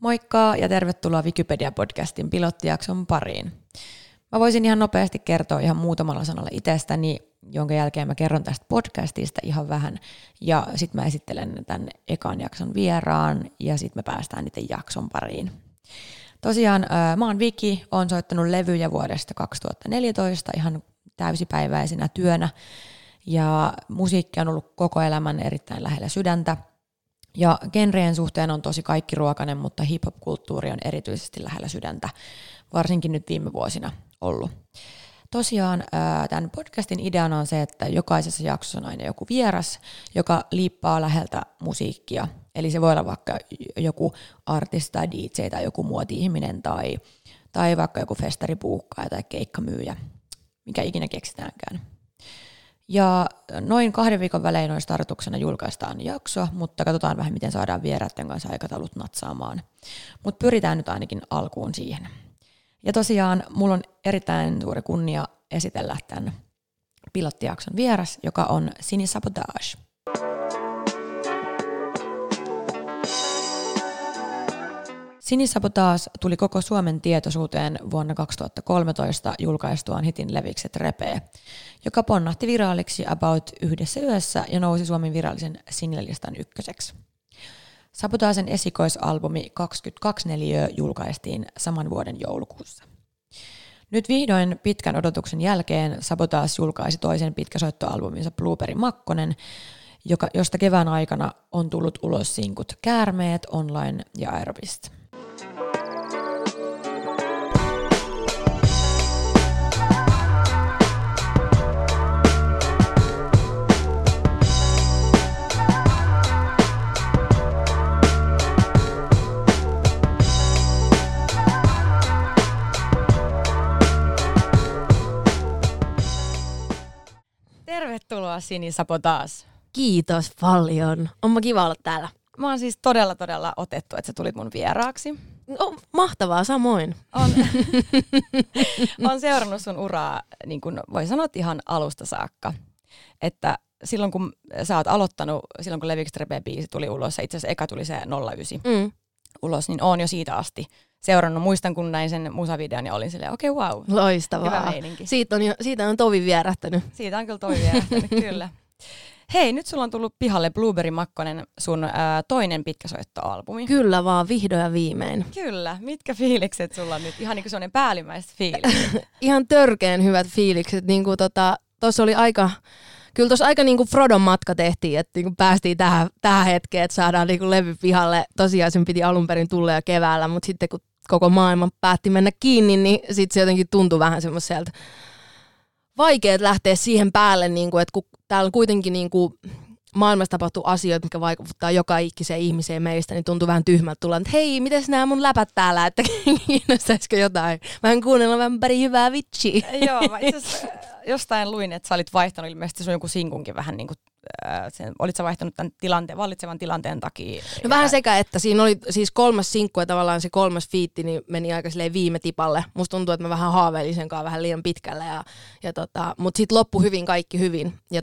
Moikka ja tervetuloa Wikipedia-podcastin pilottijakson pariin. Mä voisin ihan nopeasti kertoa ihan muutamalla sanalla itsestäni, jonka jälkeen mä kerron tästä podcastista ihan vähän. Ja sitten mä esittelen tämän ekan jakson vieraan ja sitten me päästään itse jakson pariin. Tosiaan mä oon Viki, oon soittanut levyjä vuodesta 2014 ihan täysipäiväisenä työnä. Ja musiikki on ollut koko elämän erittäin lähellä sydäntä. Ja genreen suhteen on tosi kaikkiruokainen, mutta hip-hop-kulttuuri on erityisesti lähellä sydäntä, varsinkin nyt viime vuosina ollut. Tosiaan tämän podcastin ideana on se, että jokaisessa jaksossa on aina joku vieras, joka liippaa läheltä musiikkia. Eli se voi olla vaikka joku artisti tai DJ tai joku muoti-ihminen tai vaikka joku festaripuukkaaja tai keikkamyyjä, mikä ikinä keksitäänkään. Ja noin 2 viikon välein olisi tarkoituksena julkaistaan jakso, mutta katsotaan vähän, miten saadaan vieraiden kanssa aikataulut natsaamaan. Mutta pyritään nyt ainakin alkuun siihen. Ja tosiaan mulla on erittäin suuri kunnia esitellä tämän pilottijakson vieras, joka on Sini Sabotage. Sini Sabotage tuli koko Suomen tietoisuuteen vuonna 2013 julkaistuaan hitin Levikset repee, joka ponnahti viraaliksi about yhdessä yössä ja nousi Suomen virallisen single-listan ykköseksi. Sabotagen esikoisalbumi 22 neliötä julkaistiin saman vuoden joulukuussa. Nyt vihdoin pitkän odotuksen jälkeen Sabotage julkaisi toisen pitkäsoittoalbuminsa Blueberry Makkonen, josta kevään aikana on tullut ulos sinkut Käärmeet, Online ja Aerobist. Tervetuloa Sini Sabotage. Kiitos paljon. On kiva olla täällä. Mä oon siis todella otettu, että sä tulit mun vieraaksi. No, mahtavaa, samoin. On seurannut sun uraa, niin kuin voi sanoa, ihan alusta saakka. Että silloin kun sä oot aloittanut, silloin kun Levikset repee -biisi tuli ulos, itse asiassa eka tuli se 09 ulos, niin oon jo siitä asti seurannut. Muistan, kun näin sen musavideon ja olin silleen, okei, wow. Loistavaa. Hyvä meininki. Siitä on tovi vierähtänyt. Siitä on kyllä tovi vierähtänyt, kyllä. Hei, nyt sulla on tullut pihalle Blueberry Makkonen, sun toinen pitkäsoittoalbumi. Kyllä vaan, vihdoin ja viimein. Kyllä. Mitkä fiilikset sulla on nyt? Ihan niin kuin sellainen päällimmäiset fiilikset. Ihan törkeän hyvät fiilikset. Niin kuin tuossa oli aika niin kuin Frodon matka tehtiin, että niin kuin päästiin tähän hetkeen, että saadaan niin kuin levy pihalle. Tosiaan sen piti alun perin tulla jo keväällä, mutta sitten kun koko maailma päätti mennä kiinni, niin sitten se jotenkin tuntui vähän semmoiselta vaikeet lähteä siihen päälle, niin kuin, että kun täällä kuitenkin niin kuin maailmassa tapahtuu asioita, mitkä vaikuttaa joka ikiseen ihmiseen meistä, niin tuntuu vähän tyhmältä tulla, että hei, mites nämä mun läpät täällä, että kiinnostaisiko jotain? Vähän kuunnella vähän pari hyvää vitchiä. Joo, mä itse asiassa jostain luin, että sä olit vaihtanut ilmeisesti sun joku sinkunkin vähän niin kuin, olit sä vaihtanut tämän vallitsevan tilanteen takia? No vähän sekä, että siinä oli siis 3. sinkku ja tavallaan se 3. fiitti niin meni aika viime tipalle. Musta tuntuu, että mä vähän haaveilin senkaan vähän liian pitkälle, mutta sitten loppui kaikki hyvin. Ja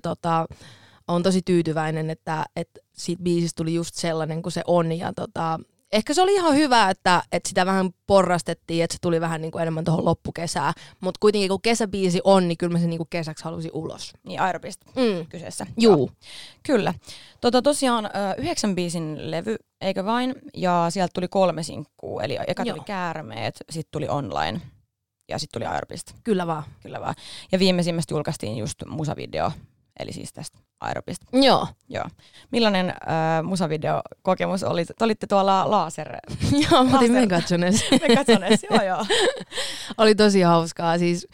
on tosi tyytyväinen, että siitä biisistä tuli just sellainen kuin se on. Ja ehkä se oli ihan hyvä, että sitä vähän porrastettiin, että se tuli vähän niin kuin enemmän tuohon loppukesään. Mutta kuitenkin kun kesäbiisi on, niin kyllä mä sen niin kuin kesäksi halusin ulos. Niin Aerobist kyseessä. Juu. Kyllä. Tosiaan 9 biisin levy, eikö vain? Ja sieltä tuli 3 sinkkuu. Eli eka tuli Käärmeet, sitten tuli Online ja sitten tuli Aerobist. Kyllä vaan. Ja viimeisimmästä julkaistiin just musavideo. Eli siis tästä Aerobist. Joo. Millainen musavideokokemus oli? Te olitte tuolla laser. Joo, mä otin Megatsones. Joo. Oli tosi hauskaa. Siis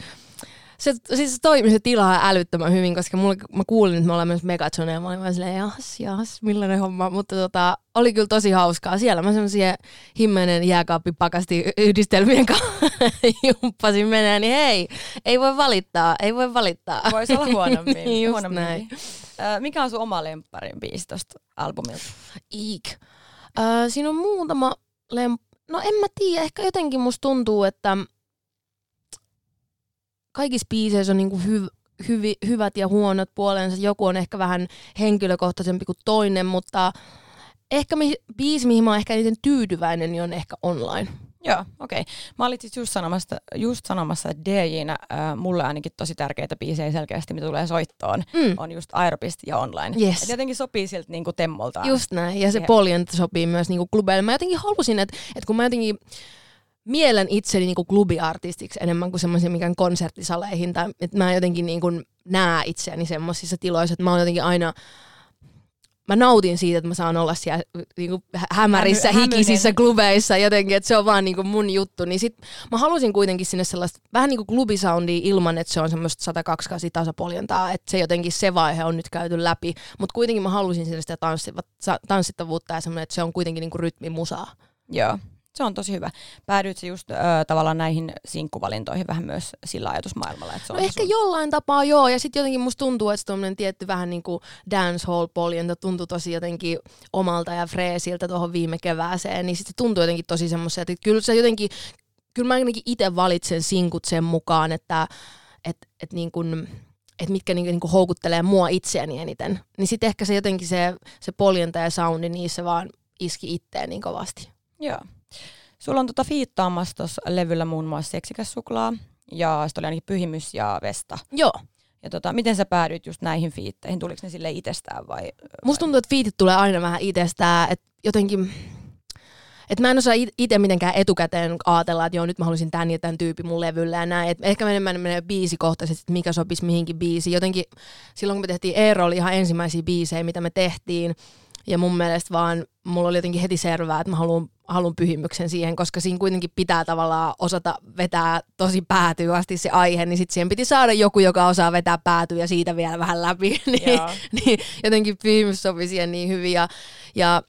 se toimi se tila älyttömän hyvin, koska mä kuulin, että me ollaan myös Megatsone ja mä olin vaan silleen, jahas, millainen homma. Mutta oli kyllä tosi hauskaa. Siellä mä semmosia himmeinen jääkaappipakasti yhdistelmien kanssa jumppasin menee, niin hei, ei voi valittaa. Voisi olla huonommin. Niin just näin. Mikä on sun oma lempparin biisi tosta albumilta? Siinä on muutama no en mä tiedä, ehkä jotenkin musta tuntuu, että kaikissa biiseissä on niinku hyvät ja huonot puolensa. Joku on ehkä vähän henkilökohtaisempi kuin toinen, mutta ehkä biisi, mihin mä oon ehkä eniten tyytyväinen, niin on ehkä Online. Joo, okei. Mä olin siis just sanomassa, että DJ:nä mulle ainakin tosi tärkeitä biisejä selkeästi, mitä tulee soittoon, on just Aeropist ja Online. Yes. Et jotenkin sopii siltä niinku temmoltaan. Just näin, ja se poljenta sopii myös niinku klubeille. Mä jotenkin halusin, että kun mä jotenkin mielen itseni niinku klubiartistiksi enemmän kuin semmoisia mikään konserttisaleihin, tai että mä jotenkin niinku näe itseäni semmoisissa tiloissa, että mä oon jotenkin aina... Mä nautin siitä, että mä saan olla siellä niinku hämärissä, hikisissä klubeissa jotenkin, että se on vaan niinku mun juttu. Niin sit mä halusin kuitenkin sinne sellaista vähän niinku klubisoundia ilman, että se on semmoista 128 tasapoljentaa, että se jotenkin se vaihe on nyt käyty läpi. Mutta kuitenkin mä halusin sinne sitä tanssittavuutta ja semmoinen, että se on kuitenkin niinku rytmimusaa. Joo. Se on tosi hyvä. Päädyit sä just tavallaan näihin sinkkuvalintoihin vähän myös sillä ajatusmaailmalla? Että se on ehkä jollain tapaa joo, ja sitten jotenkin musta tuntuu, että tuommoinen tietty vähän niin kuin dancehall-poljenta tuntui tosi jotenkin omalta ja freesiltä tuohon viime kevääseen, niin sitten se tuntui jotenkin tosi semmoiselta, että kyllä mä jotenkin itse valitsen sinkut sen mukaan, että mitkä niinku houkuttelee mua itseäni eniten. Niin sitten ehkä se jotenkin se poljenta ja soundi, niissä vaan iski itteen niin kovasti. Joo. Sulla on fiittaamassa tuossa levyllä muun muassa Seksikäs suklaa, ja sitten oli ainakin Pyhimys ja Vesta. Joo. Ja miten sä päädyit just näihin fiitteihin? Tuliko ne silleen itsestään vai? Musta tuntuu, että fiitit tulee aina vähän itsestään, että jotenkin... Että mä en osaa itse mitenkään etukäteen ajatella, että joo, nyt mä haluaisin tän ja tän tyypin mun levyllä ja näin. Et ehkä enemmän menee biisikohtaisesti, että mikä sopisi mihinkin biisiin. Jotenkin silloin, kun me tehtiin Eero, oli ihan ensimmäisiä biisejä, mitä me tehtiin. Ja mun mielestä vaan mulla oli jotenkin heti selvää, että mä haluan Pyhimyksen siihen, koska siinä kuitenkin pitää tavallaan osata vetää tosi päätyy asti se aihe, niin sitten siihen piti saada joku, joka osaa vetää päätyä ja siitä vielä vähän läpi. niin jotenkin Pyhimys sopi siihen niin hyvin. Ja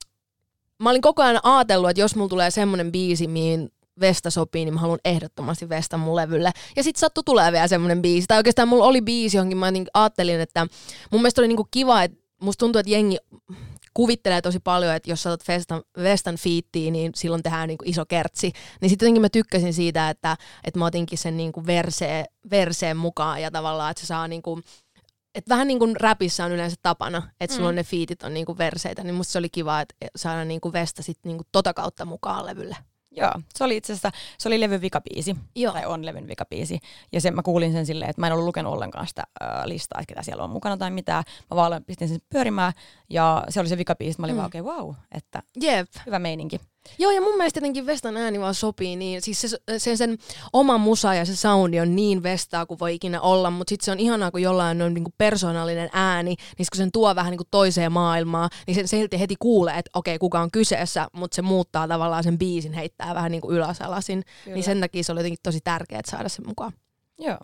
mä olin koko ajan ajatellut, että jos mulla tulee semmoinen biisi, mihin Vesta sopii, niin mä haluan ehdottomasti Vestan mun levylle. Ja sit sattui tulee vielä semmoinen biisi. Tai oikeastaan mulla oli biisi, johonkin mä ajattelin, että mun mielestä oli niinku kiva, että musta tuntuu, että jengi kuvittelee tosi paljon, että jos sä otat Vestan fiittiin, niin silloin tehdään niinku iso kertsi. Niin sitten jotenkin mä tykkäsin siitä, että mä otinkin sen niinku verseen mukaan ja tavallaan, että se saa niinku... Että vähän niin kuin räpissä on yleensä tapana, että sulla on ne fiitit on niinku verseitä, niin musta se oli kiva, että saada niinku Vesta sit niinku tota kautta mukaan levylle. Joo, se oli itse asiassa, se oli levyn vikabiisi, tai on levyn vikabiisi. Ja mä kuulin sen silleen, että mä en ollut lukenut ollenkaan sitä listaa, että ketä siellä on mukana tai mitään. Mä vaan pistin sen pyörimään, ja se oli se vikabiisi. Mä olin vaan wow, että hyvä meininki. Joo, ja mun mielestä jotenkin Vestan ääni vaan sopii niin. Siis sen oma musa ja se soundi on niin Vestaa kuin voi ikinä olla, mutta sitten se on ihanaa, kun jollain on niinku persoonallinen ääni, niin kun sen tuo vähän niinku toiseen maailmaan, niin se heti kuulee, että okei, kuka on kyseessä, mutta se muuttaa tavallaan sen biisin, heittää vähän niinku ylösalasin. Niin sen takia se oli jotenkin tosi tärkeää saada sen mukaan. Joo.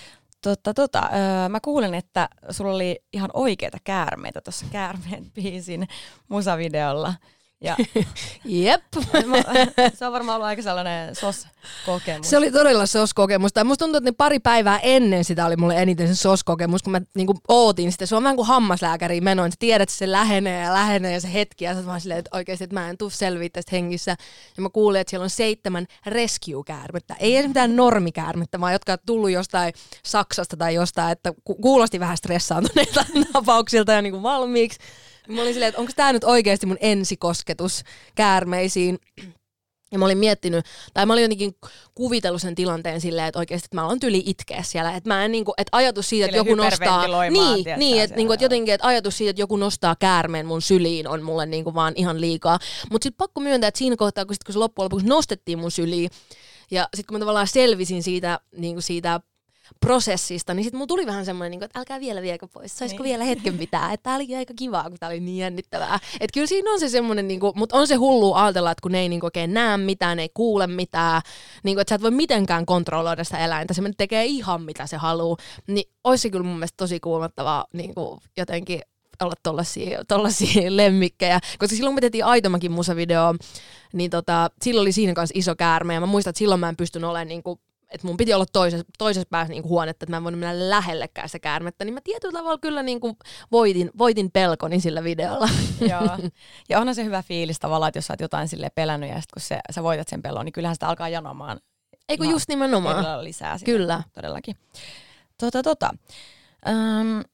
Mä kuulin, että sulla oli ihan oikeita käärmeitä tuossa Käärmeet-biisin musavideolla. Ja jep. Se on varmaan ollut aika sellainen SOS-kokemus. Se oli todella SOS-kokemus. Tai musta tuntuu, että ne pari päivää ennen sitä oli mulle eniten se SOS-kokemus, kun mä niinku ootin sitä. Se on vähän kuin hammaslääkäriin menoin. Sä tiedät, että se lähenee ja se hetki. Ja sä vaan silleen, että oikeasti, että mä en tuu selviä tästä hengissä. Ja mä kuulin, että siellä on 7 rescue-käärmettä. Ei edes mitään normikäärmettä, vaan jotka on tullut jostain Saksasta tai jostain, että kuulosti vähän stressaantuneilta tapauksilta ja niinku valmiiksi. Mä olin silleen, että onko tää nyt oikeasti mun ensikosketus käärmeisiin. Ja mä olin miettinyt, tai mä olin jotenkin kuvitellut sen tilanteen silleen, että oikeasti että mä aloin tyli itkeä siellä. Että mä en niinku, että ajatus siitä, että joku nostaa... Niin, että niinku, jotenkin, että ajatus siitä, että joku nostaa käärmeen mun syliin on mulle niinku vaan ihan liikaa. Mutta sitten pakko myöntää, että siinä kohtaa, kun se loppujen lopuksi nostettiin mun syliin, ja sitten kun mä tavallaan selvisin siitä, niinku siitä prosessista, niin sitten mulla tuli vähän semmoinen, että älkää vielä viekö pois, saisiko vielä hetken pitää, että tää oli aika kivaa, kun tää oli niin jännittävää. Että kyllä siinä on se semmoinen, mutta on se hullua ajatella, että kun ne ei oikein näe mitään, ne ei kuule mitään, että sä et voi mitenkään kontrolloida sitä eläintä, se tekee ihan mitä se haluaa, niin olisi se kyllä mun mielestä tosi kuumottavaa jotenkin olla tollasia lemmikkejä, koska silloin kun me tehtiin Aitomakin musavideo, niin silloin oli siinä kanssa iso käärme, ja mä muistan, että silloin mä en pystynyt olemaan että mun piti olla toisessa päässä niinku huonetta, että mä en voinut mennä lähellekään sitä käärmettä, niin mä tietyllä tavalla kyllä niinku voitin pelkoni sillä videolla. Joo. Ja onhan se hyvä fiilis tavallaan, että jos sä oot jotain silleen pelännyt ja sit kun sä voitat sen pelon, niin kyllähän sitä alkaa janomaan. Eikö just nimenomaan? Lisää sitä, kyllä. Todellakin.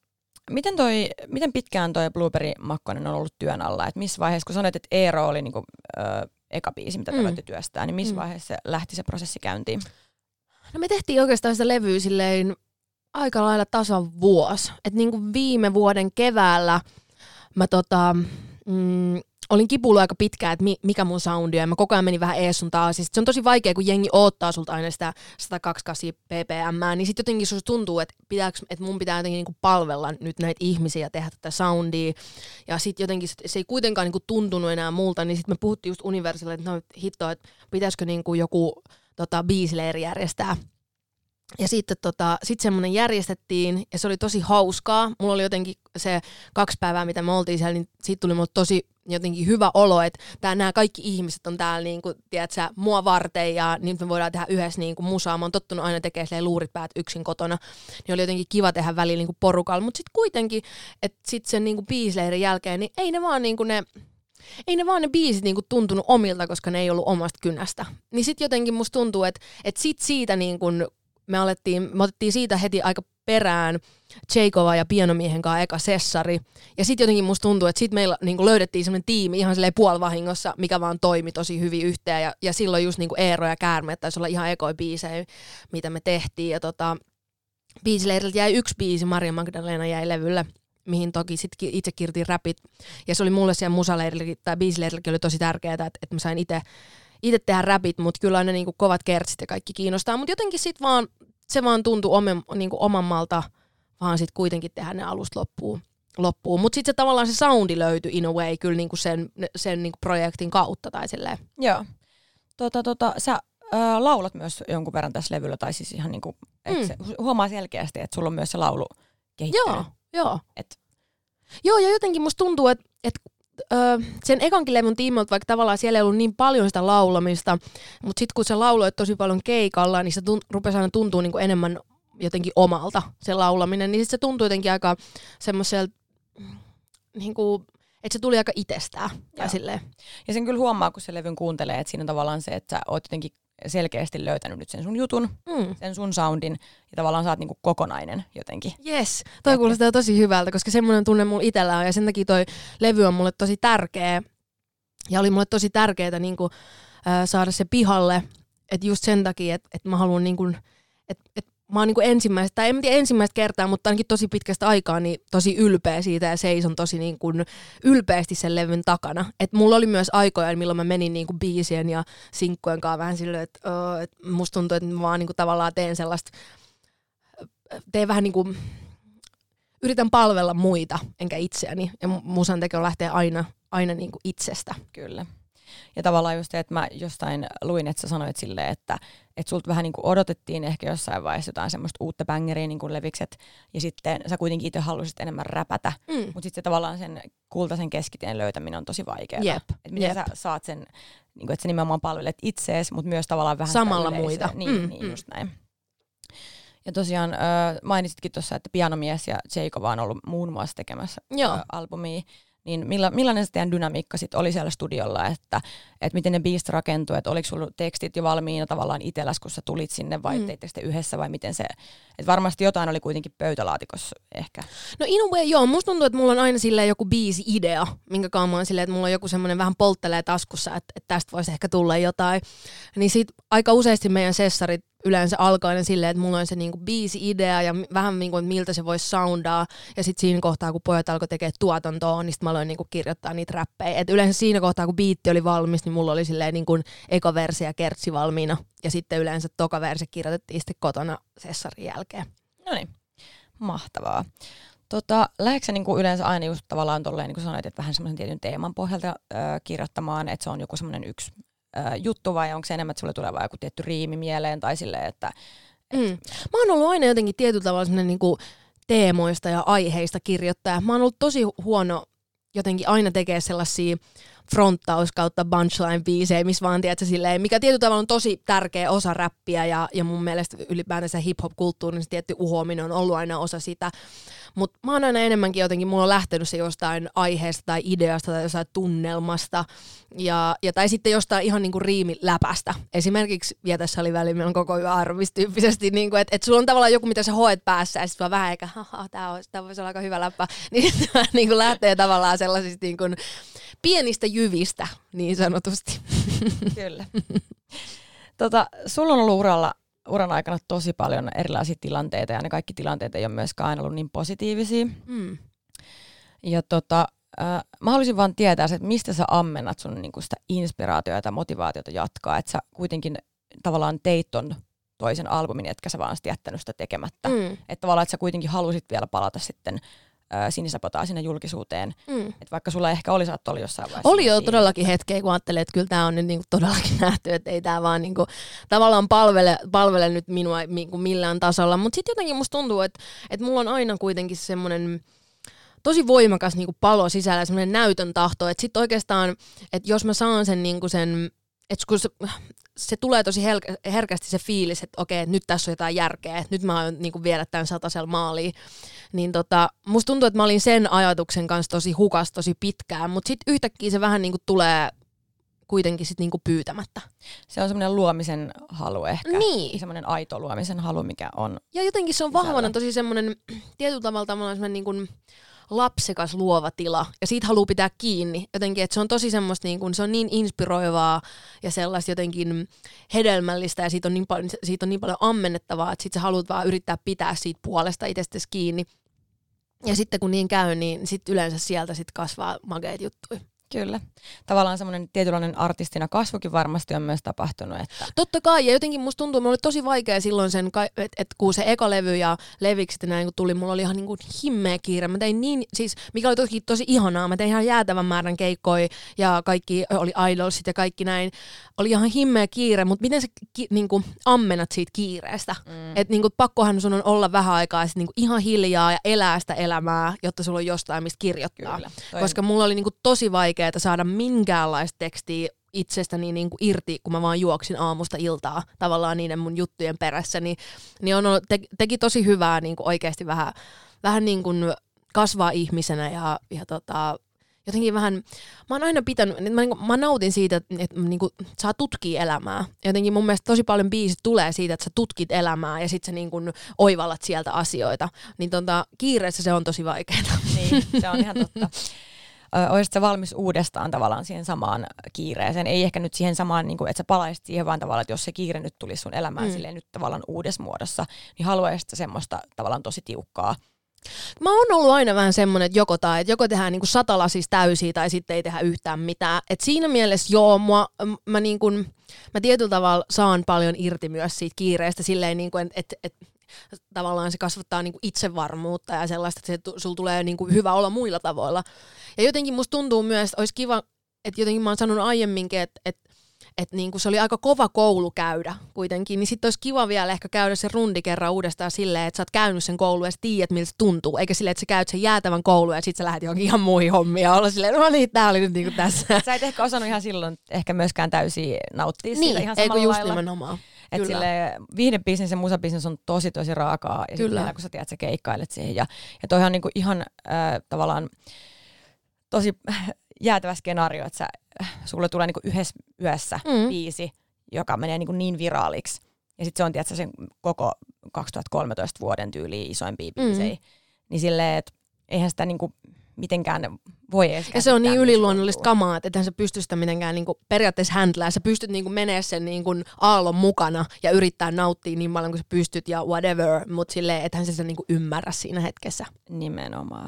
Miten pitkään toi Blueberry Makkonen on ollut työn alla? Et missä vaiheessa, kun sanoit, että Eero oli niinku, eka biisi, mitä te voitte työstää, niin missä vaiheessa lähti se prosessi käyntiin? No me tehtiin oikeastaan sitä levyä silleen aika lailla tasan vuosi. Että niinku viime vuoden keväällä mä olin kipuillut aika pitkään, että mikä mun soundi on, ja mä koko ajan menin vähän ees sun taas. Se on tosi vaikea, kun jengi odottaa sulta aina sitä 128 ppm, niin sitten jotenkin susta tuntuu, että mun pitää jotenkin niinku palvella nyt näitä ihmisiä ja tehdä tätä soundia. Ja sitten jotenkin se ei kuitenkaan niinku tuntunut enää multa, niin sitten me puhuttiin just Universalille, että no hitto, että pitäisikö niinku joku biisileiri järjestää. Ja sitten sit semmoinen järjestettiin, ja se oli tosi hauskaa. Mulla oli jotenkin se 2 päivää, mitä me oltiin siellä, niin siitä tuli mulle tosi jotenkin hyvä olo, että nämä kaikki ihmiset on täällä niinku, tiedätkö, mua varten, ja nyt me voidaan tehdä yhdessä niinku musaa. Mä oon tottunut aina tekemään luurit päät yksin kotona, niin oli jotenkin kiva tehdä välillä niinku porukalla. Mutta sitten kuitenkin, että sitten sen niinku biisileirin jälkeen, niin ei ne vaan ne biisit niinku tuntunut omilta, koska ne ei ollut omasta kynästä. Niin sitten jotenkin musta tuntuu, että sit siitä niinku me otettiin siitä heti aika perään Cheikova ja pianomiehen kanssa eka sessari. Ja sitten jotenkin musta tuntuu, että sitten meillä niinku löydettiin semmoinen tiimi ihan silleen puolivahingossa, mikä vaan toimi tosi hyvin yhteen. Ja silloin just niinku Eero ja Käärme taisi olla ihan ekoja biisejä, mitä me tehtiin. Ja biisileiriltä jäi 1 biisi, Maria Magdalena jäi levylle, mihin toki sitten itse kirjoitin räpit. Ja se oli mulle siellä musaleirillä tai biisileirilläkin oli tosi tärkeää, että mä sain itse tehdä räpit, mutta kyllä aina niinku kovat kertsit ja kaikki kiinnostaa. Mutta jotenkin se vaan tuntui niinku omammalta, vaan sitten kuitenkin tehdä ne alusta loppuun. Mutta sitten tavallaan se soundi löytyi in a way kyllä niinku sen niinku projektin kautta tai silleen. Joo. Sä laulat myös jonkun verran tässä levyllä, tai siis ihan niinku, huomaa selkeästi, että sulla on myös se laulu kehittynyt. Joo. Joo, ja jotenkin musta tuntuu, että sen ekankin levyn tiimoilta, vaikka tavallaan siellä ei ollut niin paljon sitä laulamista, mutta sitten kun sä lauloit tosi paljon keikalla, niin se rupesi aina tuntua niinku enemmän jotenkin omalta se laulaminen, niin sitten se tuntui jotenkin aika semmoiselta, niinku, että se tuli aika itsestään. Ja sen kyllä huomaa, kun se levyn kuuntelee, että siinä on tavallaan se, että sä oot jotenkin selkeästi löytänyt nyt sen sun jutun, sen sun soundin, ja tavallaan sä oot niinku kokonainen jotenkin. Yes, toi kuulostaa tosi hyvältä, koska semmoinen tunne mulla itsellä on, ja sen takia toi levy on mulle tosi tärkeä, ja oli mulle tosi tärkeää niinku, saada se pihalle, että just sen takia, että mä haluan niinku, että mä oon niinku ensimmäistä, tai en tiedä ensimmäistä kertaa, mutta ainakin tosi pitkästä aikaa niin tosi ylpeä siitä ja seison tosi niinku ylpeästi sen levyn takana. Et mulla oli myös aikoja, milloin mä menin niinku biisien ja sinkkujen kanssa vähän silleen, että musta tuntuu, että mä vaan niinku tavallaan teen vähän niinku, yritän palvella muita enkä itseäni. Ja musan teko lähtee aina niinku itsestä. Kyllä. Ja tavallaan just se, että mä jostain luin, että sä sanoit silleen, että sulta vähän niin kuin odotettiin ehkä jossain vaiheessa jotain semmoista uutta bängeria, niin kuin levikset, ja sitten sä kuitenkin itse halusit enemmän räpätä, mutta sitten se tavallaan sen kultaisen keskitien löytäminen on tosi vaikeaa. Että miten sä saat sen, niin kuin, että sä nimenomaan palvelet itseesi, mutta myös tavallaan vähän samalla muita. Niin just näin. Ja tosiaan mainitsitkin tuossa, että Pianomies ja Cheikova on ollut muun muassa tekemässä albumia. Niin millainen se teidän dynamiikka sit oli siellä studiolla, että miten ne biisit rakentuu, että oliko sulla tekstit jo valmiina tavallaan itselläs, kun sä tulit sinne, vai teitte sitten yhdessä, vai miten se, että varmasti jotain oli kuitenkin pöytälaatikossa ehkä. No in a way, joo, musta tuntuu, että mulla on aina silleen joku biisi-idea, minkä kanssa on silleen, että mulla on joku semmoinen vähän polttelee taskussa, että tästä voisi ehkä tulla jotain, niin sit aika useasti meidän sessarit yleensä alkaa aina silleen, että mulla on se niinku biisi-idea ja vähän niinku, että miltä se voisi soundaa. Ja sitten siinä kohtaa, kun pojat alkoi tekemään tuotantoa, niin sitten mä aloin niinku kirjoittaa niitä räppejä. Et yleensä siinä kohtaa, kun biitti oli valmis, niin mulla oli silleen niinku ekoversi ja kertsi valmiina. Ja sitten yleensä tokaversi kirjoitettiin sitten kotona sessarin jälkeen. No niin, mahtavaa. Lähdekö sä niinku yleensä aina just tavallaan tolleen, niin kuin sanoit, että vähän semmoisen tietyn teeman pohjalta kirjoittamaan, että se on joku semmoinen yksi juttu, vai onko se enemmän, että sulle tulee vaan joku tietty riimi mieleen tai silleen, että Mä oon ollut aina jotenkin tietyllä tavalla semmoinen niinku teemoista ja aiheista kirjoittaja. Mä oon ollut tosi huono jotenkin aina tekee sellaisia fronttaus kautta punchline-biisejä, missä vaan, tiedätkö, silleen, mikä tietyllä tavalla on tosi tärkeä osa räppiä ja mun mielestä ylipäätänsä hip-hop-kulttuurin se tietty uhoaminen on ollut aina osa sitä. Mutta mä oon aina enemmänkin jotenkin, mulla on lähtenyt se jostain aiheesta tai ideasta tai jostain tunnelmasta tai sitten jostain ihan niinku riimiläpästä. Esimerkiksi Vietässä oli väliin, meillä on koko yö arvistyyppisesti, niinku, että et sulla on tavallaan joku, mitä sä hoet päässä ja sitten vaan vähän eikä, tää voisi olla aika hyvä läppä. Niin niinku lähtee tavallaan sellaisista niinku pienistä jyvistä, niin sanotusti. Kyllä. Sulla on ollut uran aikana tosi paljon erilaisia tilanteita, ja ne kaikki tilanteet ei ole myöskään aina ollut niin positiivisia. Ja mä haluaisin vaan tietää, että mistä sä ammennat sun niinku sitä inspiraatiota ja motivaatiota jatkaa, että sä kuitenkin tavallaan teit ton toisen albumin, etkä sä vaan olisit jättänyt sitä tekemättä. Että tavallaan, että sä kuitenkin halusit vielä palata sitten Sinisapotaa sinne julkisuuteen. Että vaikka sulla ehkä saattoi olla jossain vaiheessa. Oli jo todellakin hetkeä, kun ajattelin, että kyllä tämä on nyt niinku todellakin nähty, että ei tämä vaan niinku tavallaan palvele nyt minua niinku millään tasolla. Mutta sitten jotenkin musta tuntuu, että mulla on aina kuitenkin semmoinen tosi voimakas niinku palo sisällä, semmoinen näytön tahto. Että sitten oikeastaan, että jos mä saan sen, niinku sen että kun se tulee tosi herkästi se fiilis, että okei, että nyt tässä on jotain järkeä, että nyt mä aion niinku viedä tämän satasella maaliin. Niin musta tuntuu, että mä olin sen ajatuksen kanssa tosi hukas tosi pitkään, mutta sitten yhtäkkiä se vähän niinku tulee kuitenkin sit niinku pyytämättä. Se on semmoinen luomisen halu ehkä. Niin. Semmoinen aito luomisen halu, mikä on. Ja jotenkin se on vahvana tosi semmoinen tietyllä tavalla semmoinen niinku lapsekas luova tila, ja siitä haluaa pitää kiinni. Jotenkin, että se on tosi semmoista, niin kun, se on niin inspiroivaa ja sellaista jotenkin hedelmällistä, ja siitä on niin paljon ammennettavaa, että sit sä haluat vaan yrittää pitää siitä puolesta itsestäsi kiinni. Ja sitten kun niin käy, niin sit yleensä sieltä sit kasvaa makeita juttuja. Kyllä. Tavallaan semmoinen tietynlainen artistina kasvukin varmasti on myös tapahtunut. Että totta kai, ja jotenkin musta tuntuu, että mulla oli tosi vaikea silloin sen, että kun se eka levy ja levikset ja näin kun tuli, mulla oli ihan niin kuin himmeä kiire. Mä tein mikä oli tosi ihanaa, mä tein ihan jäätävän määrän keikkoja ja kaikki oli idolsit ja kaikki näin. Oli ihan himmeä kiire, mutta miten sä niin kuin ammennat siitä kiireestä? Että niin kuin pakkohan sun on olla vähän aikaa ja sit niin kuin ihan hiljaa ja elää sitä elämää, jotta sulla on jostain mistä kirjoittaa. Kyllä, koska mulla oli niin kuin tosi vaikeaa saada minkäänlaista tekstiä itsestäni niin kuin irti, kun mä vaan juoksin aamusta iltaa tavallaan niiden mun juttujen perässä, niin teki tosi hyvää niin kuin oikeasti vähän niin kuin kasvaa ihmisenä ja jotenkin vähän, mä oon aina pitänyt, mä nautin siitä, että niin kuin saa tutkia elämää. Jotenkin mun mielestä tosi paljon biisit tulee siitä, että sä tutkit elämää ja sit sä niin kuin oivallat sieltä asioita. Niin kiireessä se on tosi vaikeaa. Niin, se on ihan totta. Olisitko valmis uudestaan tavallaan siihen samaan kiireeseen? Ei ehkä nyt siihen samaan, niin kuin, että sä palaisit siihen, vaan tavallaan, että jos se kiire nyt tulisi sun elämään silleen nyt tavallaan uudessa muodossa, niin haluaisitko semmoista tavallaan tosi tiukkaa? Mä oon ollut aina vähän semmoinen, että joko tehdään niinku 100 lasista täysiä tai sitten ei tehdä yhtään mitään. Et siinä mielessä joo, mä tietyllä tavalla saan paljon irti myös siitä kiireestä silleen, niinku, että tavallaan se kasvattaa niinku itsevarmuutta ja sellaista, että sulla tulee niinku hyvä olla muilla tavoilla. Ja jotenkin musta tuntuu myös, että olisi kiva, että jotenkin mä oon sanonut aiemminkin, että niinku se oli aika kova koulu käydä kuitenkin, niin sitten olisi kiva vielä ehkä käydä se rundi kerran uudestaan silleen, että sä oot käynyt sen koulun ja sä tiedät, miltä se tuntuu, eikä silleen, että sä käyt sen jäätävän koulun ja sitten sä lähdet johonkin ihan muihin hommiin ja olla silleen, no niin, tää oli nyt niinku tässä. Sä et ehkä osannut ihan silloin ehkä myöskään täysin nauttia siitä ihan samalla lailla. Niin, just nimenomaan. Että silleen viihdebisnes ja musabisnes on tosi raakaa ja sitten kun sä tiedät, sä keikkailet siihen ja toihan on niinku ihan tavallaan tosi jäätävä skenaario, että sulle tulee niinku yhdessä yössä biisi, joka menee niin viraaliksi. Ja sitten se on tietysti sen koko 2013 vuoden tyyliin isoimpia biisejä. Niin silleen, että eihän sitä niinku mitenkään voi edes. Ja se on niin yliluonnollista kamaa, että ethän sä pysty sitä mitenkään niinku periaatteessa handlää. Sä pystyt niinku menee sen niinku aallon mukana ja yrittää nauttia niin paljon kuin sä pystyt ja whatever, mutta silleen, ethän sä sitä niinku ymmärrä siinä hetkessä. Nimenomaan.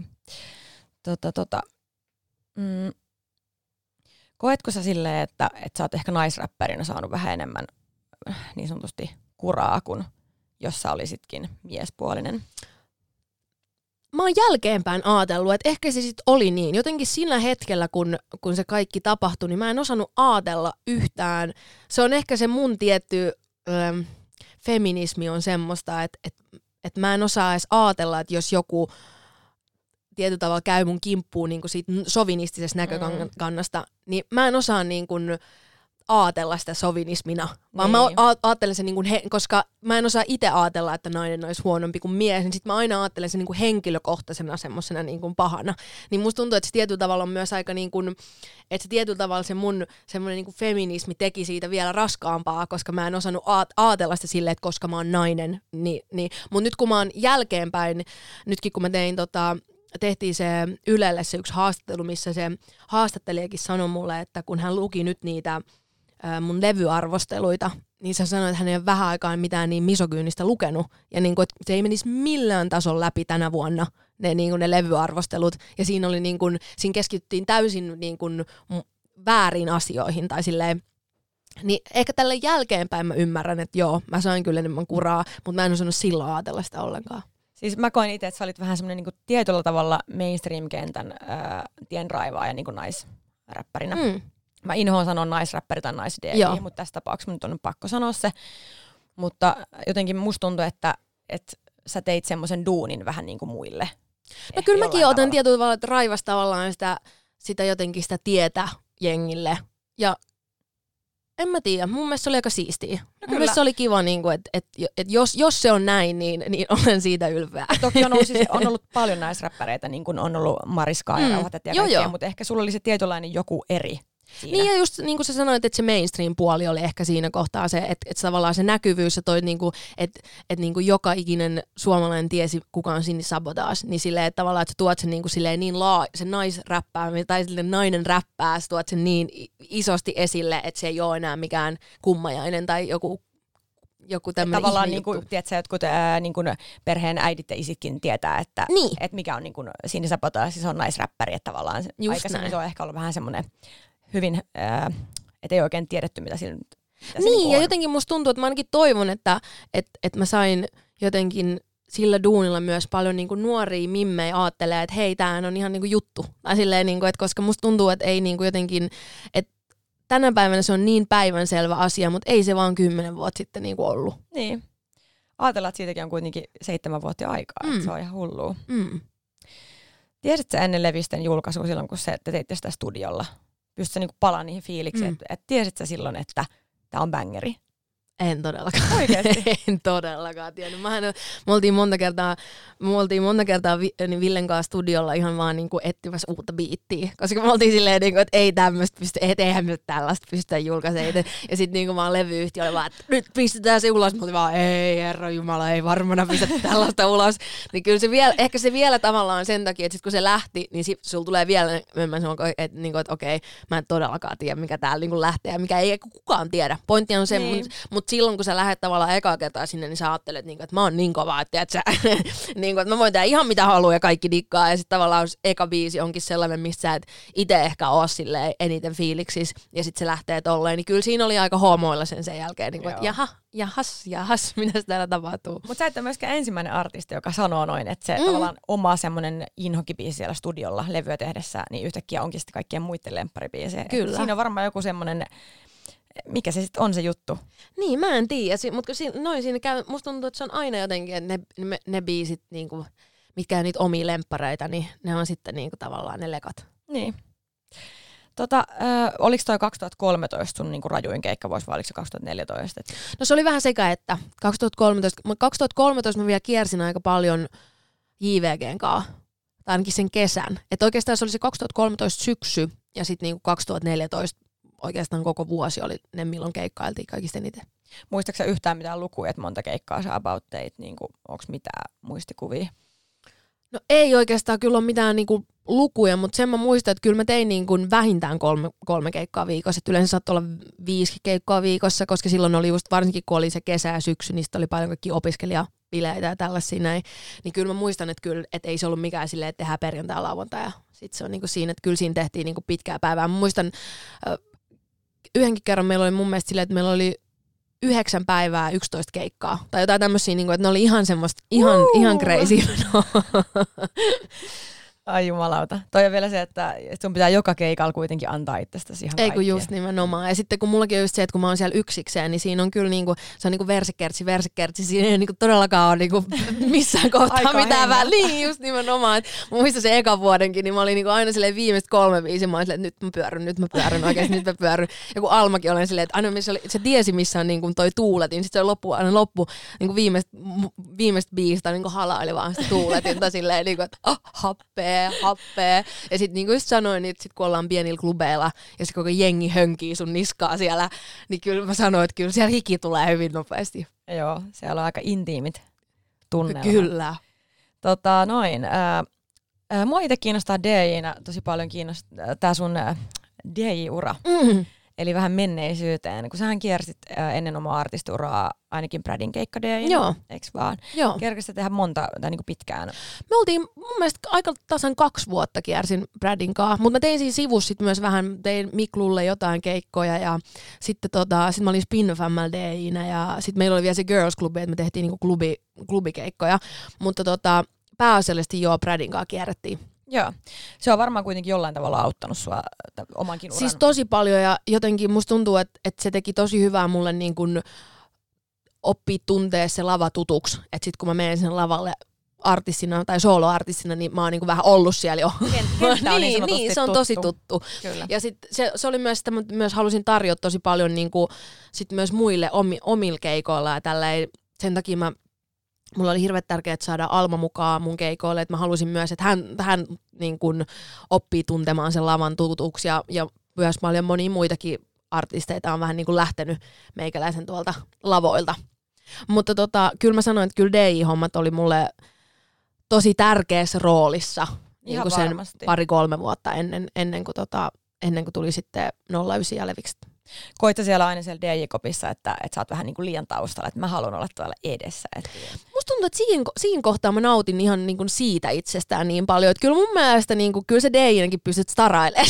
Koetko sä silleen, että sä oot ehkä naisräppärinä saanut vähän enemmän niin sanotusti kuraa kuin jos sä olisitkin miespuolinen? Mä oon jälkeenpäin ajatellut, että ehkä se sitten oli niin. Jotenkin siinä hetkellä, kun se kaikki tapahtui, niin mä en osannut ajatella yhtään. Se on ehkä se mun tietty feminismi on semmoista, että mä en osaa edes ajatella, että jos joku tietyllä tavalla käy mun kimppuun niin kuin siitä sovinistisesta näkökannasta, niin mä en osaa niin kuin aatella sitä sovinismina, vaan mä ajattelen sen, niin kuin koska mä en osaa itse ajatella, että nainen olisi huonompi kuin mies, niin sit mä aina ajattelen sen niin kuin henkilökohtaisena semmosena niin kuin pahana. Niin musta tuntuu, että se tietyllä tavalla on myös aika niin kuin, että se tietyllä tavalla se mun semmoinen niin kuin feminismi teki siitä vielä raskaampaa, koska mä en osannut ajatella sitä silleen, että koska mä oon nainen. Mutta nyt kun mä oon jälkeenpäin, nytkin kun mä tehtiin se Ylelle se yksi haastattelu, missä se haastattelijakin sanoi mulle, että kun hän luki nyt niitä mun levyarvosteluita, niin se sanoi, että hän ei ole vähän aikaa mitään niin misogyynistä lukenut. Ja niin kuin, että se ei menisi millään tason läpi tänä vuonna ne levyarvostelut. Ja siinä keskityttiin täysin niin kuin väärin asioihin. Tai silleen, niin ehkä tällä jälkeenpäin mä ymmärrän, että joo, mä sain kyllä enemmän kuraa, mutta mä en osannut silloin ajatella sitä ollenkaan. Siis mä koin itse, että sä olit vähän semmoinen niin tietyllä tavalla mainstream-kentän tienraivaaja niin naisräppärinä. Mä inhoan sanoa naisräppäri tai naisDJ, mutta tässä tapauksessa mun on pakko sanoa se. Mutta jotenkin musta tuntui, että sä teit semmoisen duunin vähän niin kuin muille. No kyllä mäkin otan tietyllä tavalla, että raivas tavallaan sitä jotenkin sitä tietä jengille. Ja en mä tiedä, mun mielestä se oli aika siistiä. Mun mielestä se oli kiva, niin että jos se on näin, niin olen siitä ylpeä. Toki on ollut paljon naisräppäreitä, niin kuin on ollut Mariskaa ja Rauhatet ja kaikkea, mutta ehkä sulla oli se tietynlainen joku eri siinä. Niin ja just niin kuin sä sanoit, että se mainstream-puoli oli ehkä siinä kohtaa se, että tavallaan se näkyvyys ja toi, niin kuin, että niin kuin joka ikinen suomalainen tiesi, kuka on Sini Sabotage, niin silleen, että tavallaan, että sä tuot sen niin se naisräppää, tai silleen nainen räppää, sä tuot sen niin isosti esille, että se ei ole enää mikään kummajainen tai joku tämmöinen tavallaan niinku, tiedätkö, jotkut niinku perheen äidit ja isitkin tietää, että mikä on niinku Sini Sabotage, siis on naisräppäri, että tavallaan aikaisemmin se on ehkä ollut vähän semmoinen hyvin, että ei oikein tiedetty, mitä siinä niin, ja jotenkin musta tuntuu, että mä ainakin toivon, että mä sain jotenkin sillä duunilla myös paljon niin kuin nuoria mimmejä aattelee, että hei, tämähän on ihan niin kuin juttu. Tai silleen, niin kuin, että koska musta tuntuu, että ei niin kuin jotenkin, että tänä päivänä se on niin päivänselvä asia, mutta ei se vaan 10 vuotta sitten niin kuin ollut. Niin. Ajatellaan, että siitäkin on kuitenkin 7 vuotta jo aikaa, että se on ihan hullua. Tiesitkö ennen Levisten julkaisua silloin, kun te teitte sitä studiolla? Pystytkö niinku palaamaan niihin fiiliksiin, että tiesitkö silloin, että tämä on bängeri? En todellakaan. Oikeasti? En todellakaan tiennyt. Me oltiin monta kertaa Villen kanssa studiolla ihan vaan niinku etsimässä uutta biittiä. Koska me oltiin silleen, niinku, että ei tämmöistä pysty, eihän me tällaista pystytä julkaisemaan. Ja sitten niinku vaan levyyhtiö oli vaan, että nyt pistetään se ulos. Me oltiin vaan, ei herra jumala, ei varmana pistetä tällaista ulos. Niin kyllä se vielä, ehkä se vielä tavallaan sen takia, että sit kun se lähti, niin sulla tulee vielä enemmän että okei, mä en todellakaan tiedä, mikä täällä niinku lähtee ja mikä ei kukaan tiedä. Pointti on se, mutta silloin kun sä lähdet tavallaan ekaa kertaa sinne, niin sä ajattelet, että mä oon niin kova, että mä voin tehdä ihan mitä haluaa ja kaikki dikkaa. Ja sitten tavallaan eka biisi onkin sellainen, missä sä et itse ehkä oo silleen eniten fiiliksissä. Ja sitten se lähtee tolleen. Niin kyllä siinä oli aika hoomoilla sen jälkeen. Niin kuin, että jahas, mitä täällä tapahtuu. Mutta sä et ole myöskään ensimmäinen artisti, joka sanoo noin, että se tavallaan oma semmoinen inhokibiisi siellä studiolla levyä tehdessä, niin yhtäkkiä onkin sitten kaikkien muiden lempparibiisejä. Kyllä. Siinä on varmaan joku semmoinen, mikä se sitten on se juttu? Niin, mä en tiedä, mutta siinä käy, musta tuntuu, että se on aina jotenkin, että ne biisit, niinku, mitkä on niitä omia lemppareita, niin ne on sitten niinku, tavallaan ne lekat. Niin. Oliko toi 2013 sun niinku rajuin keikkavuosi vai oliko se 2014? No se oli vähän sekä, että 2013 mä vielä kiersin aika paljon JVGn kanssa, tai ainakin sen kesän. Että oikeastaan se oli se 2013 syksy ja sitten niinku 2014 oikeastaan koko vuosi oli ne, milloin keikkailtiin kaikista eniten. Muistatko sä yhtään mitään lukuja, että monta keikkaa sä about teit? Niin onko mitään muistikuvia? No ei oikeastaan kyllä ole mitään niinku lukuja, mutta sen mä muistan, että kyllä mä tein niinku vähintään kolme keikkaa viikossa. Et yleensä saattoi olla 5 keikkaa viikossa, koska silloin oli just varsinkin kun oli se kesä ja syksy, niin oli paljon kaikki opiskelijabileitä ja tällaisia näin. Niin kyllä mä muistan, että kyllä, et ei se ollut mikään silleen, että tehdään perjantai lauantai ja sitten se on niinku siinä, että kyllä siinä tehtiin niinku pitkää päivää. Mä muistan yhdenkin kerran meillä oli mun mielestä silleen, että meillä oli 9 päivää 11 keikkaa. Tai jotain tämmöisiä, että ne oli ihan semmoista, ihan crazy. Ai jumalauta. Toi on vielä se, että sun pitää joka keikalla kuitenkin antaa itsestäsi ihan Ei kaikkea. kun just nimenomaan. Ja sitten kun mullakin on just se, että kun mä oon siellä yksikseen, niin siinä on kyllä niinku, se on niinku versekertsi. Siinä ei niinku todellakaan ole niinku missään kohtaa mitään väliä. Niin just nimenomaan. Mä muistan sen ekan vuodenkin, niin mä olin niinku aina silleen viimeistä 3 biisiä. Mä olin silleen, että nyt mä pyörryn oikeesti, nyt mä pyörryn. Ja kun Almakin olen silleen, että aina missä oli, se tiesi missä on niinku toi tuuletin. Sitten se aina loppu niinku viimeistä biistä niinku halaili vaan sitä tuuletinta silleen, niinku, että happea. Ja sitten niin kuin just sanoin, että sit kun ollaan pienillä klubeilla ja se koko jengi hönkii sun niskaa siellä, niin kyllä mä sanoin, että kyllä siellä hiki tulee hyvin nopeasti. Joo, siellä on aika intiimit tunnelmat. Kyllä. Mua itse kiinnostaa DJ:nä tosi paljon tää sun DJ-ura. Eli vähän menneisyyteen, kun sähän kiersit ennen omaa artistiuraa ainakin Bradin keikka DJ:nä, Joo. eiks vaan? Joo. Kerkesit tehdä monta tai niinku pitkään? Me oltiin mun mielestä aika tasan 2 vuotta kiersin Bradin kanssa, mutta mä tein siinä sivussa sit myös vähän, tein Miklulle jotain keikkoja ja sitten sit mä olin Spin FM:llä DJ:nä ja sitten meillä oli vielä se Girls Club, että me tehtiin niinku klubikeikkoja, mutta pääasiallisesti Bradin kanssa kierrettiin. Joo, se on varmaan kuitenkin jollain tavalla auttanut sua omankin uran. Siis tosi paljon ja jotenkin musta tuntuu, että se teki tosi hyvää mulle niin kun oppia tuntee se lava tutuksi. Että sit kun mä menen sen lavalle artistina tai soloartistina, niin mä oon niin vähän ollut siellä jo. Kenttä on niin, se on tosi tuttu. Kyllä. Ja sit se oli myös, että mä myös halusin tarjota tosi paljon niin kuin, sit myös muille omilla keikoilla ja tälleen. Sen takia mulla oli hirveän tärkeää saada Alma mukaan mun keikoille, että mä halusin myös, että hän niin kuin oppii tuntemaan sen lavan tutuksi ja myös paljon monia muitakin artisteita on vähän niin kuin lähtenyt meikäläisen tuolta lavoilta. Mutta kyllä mä sanoin, että kyllä DJ-hommat oli mulle tosi tärkeässä roolissa niin kuin sen 2-3 vuotta ennen kuin tuli sitten 09 ja Levikset. Koitko siellä aina siellä DJ-kopissa, että sä oot vähän niin kuin liian taustalla, että mä haluan olla tuolla edessä? Musta tuntuu, että siinä kohtaa mä nautin ihan niin kuin siitä itsestään niin paljon, että kyllä mun mielestä niin kuin, kyllä se DJ-nänkin pystyt starailemaan.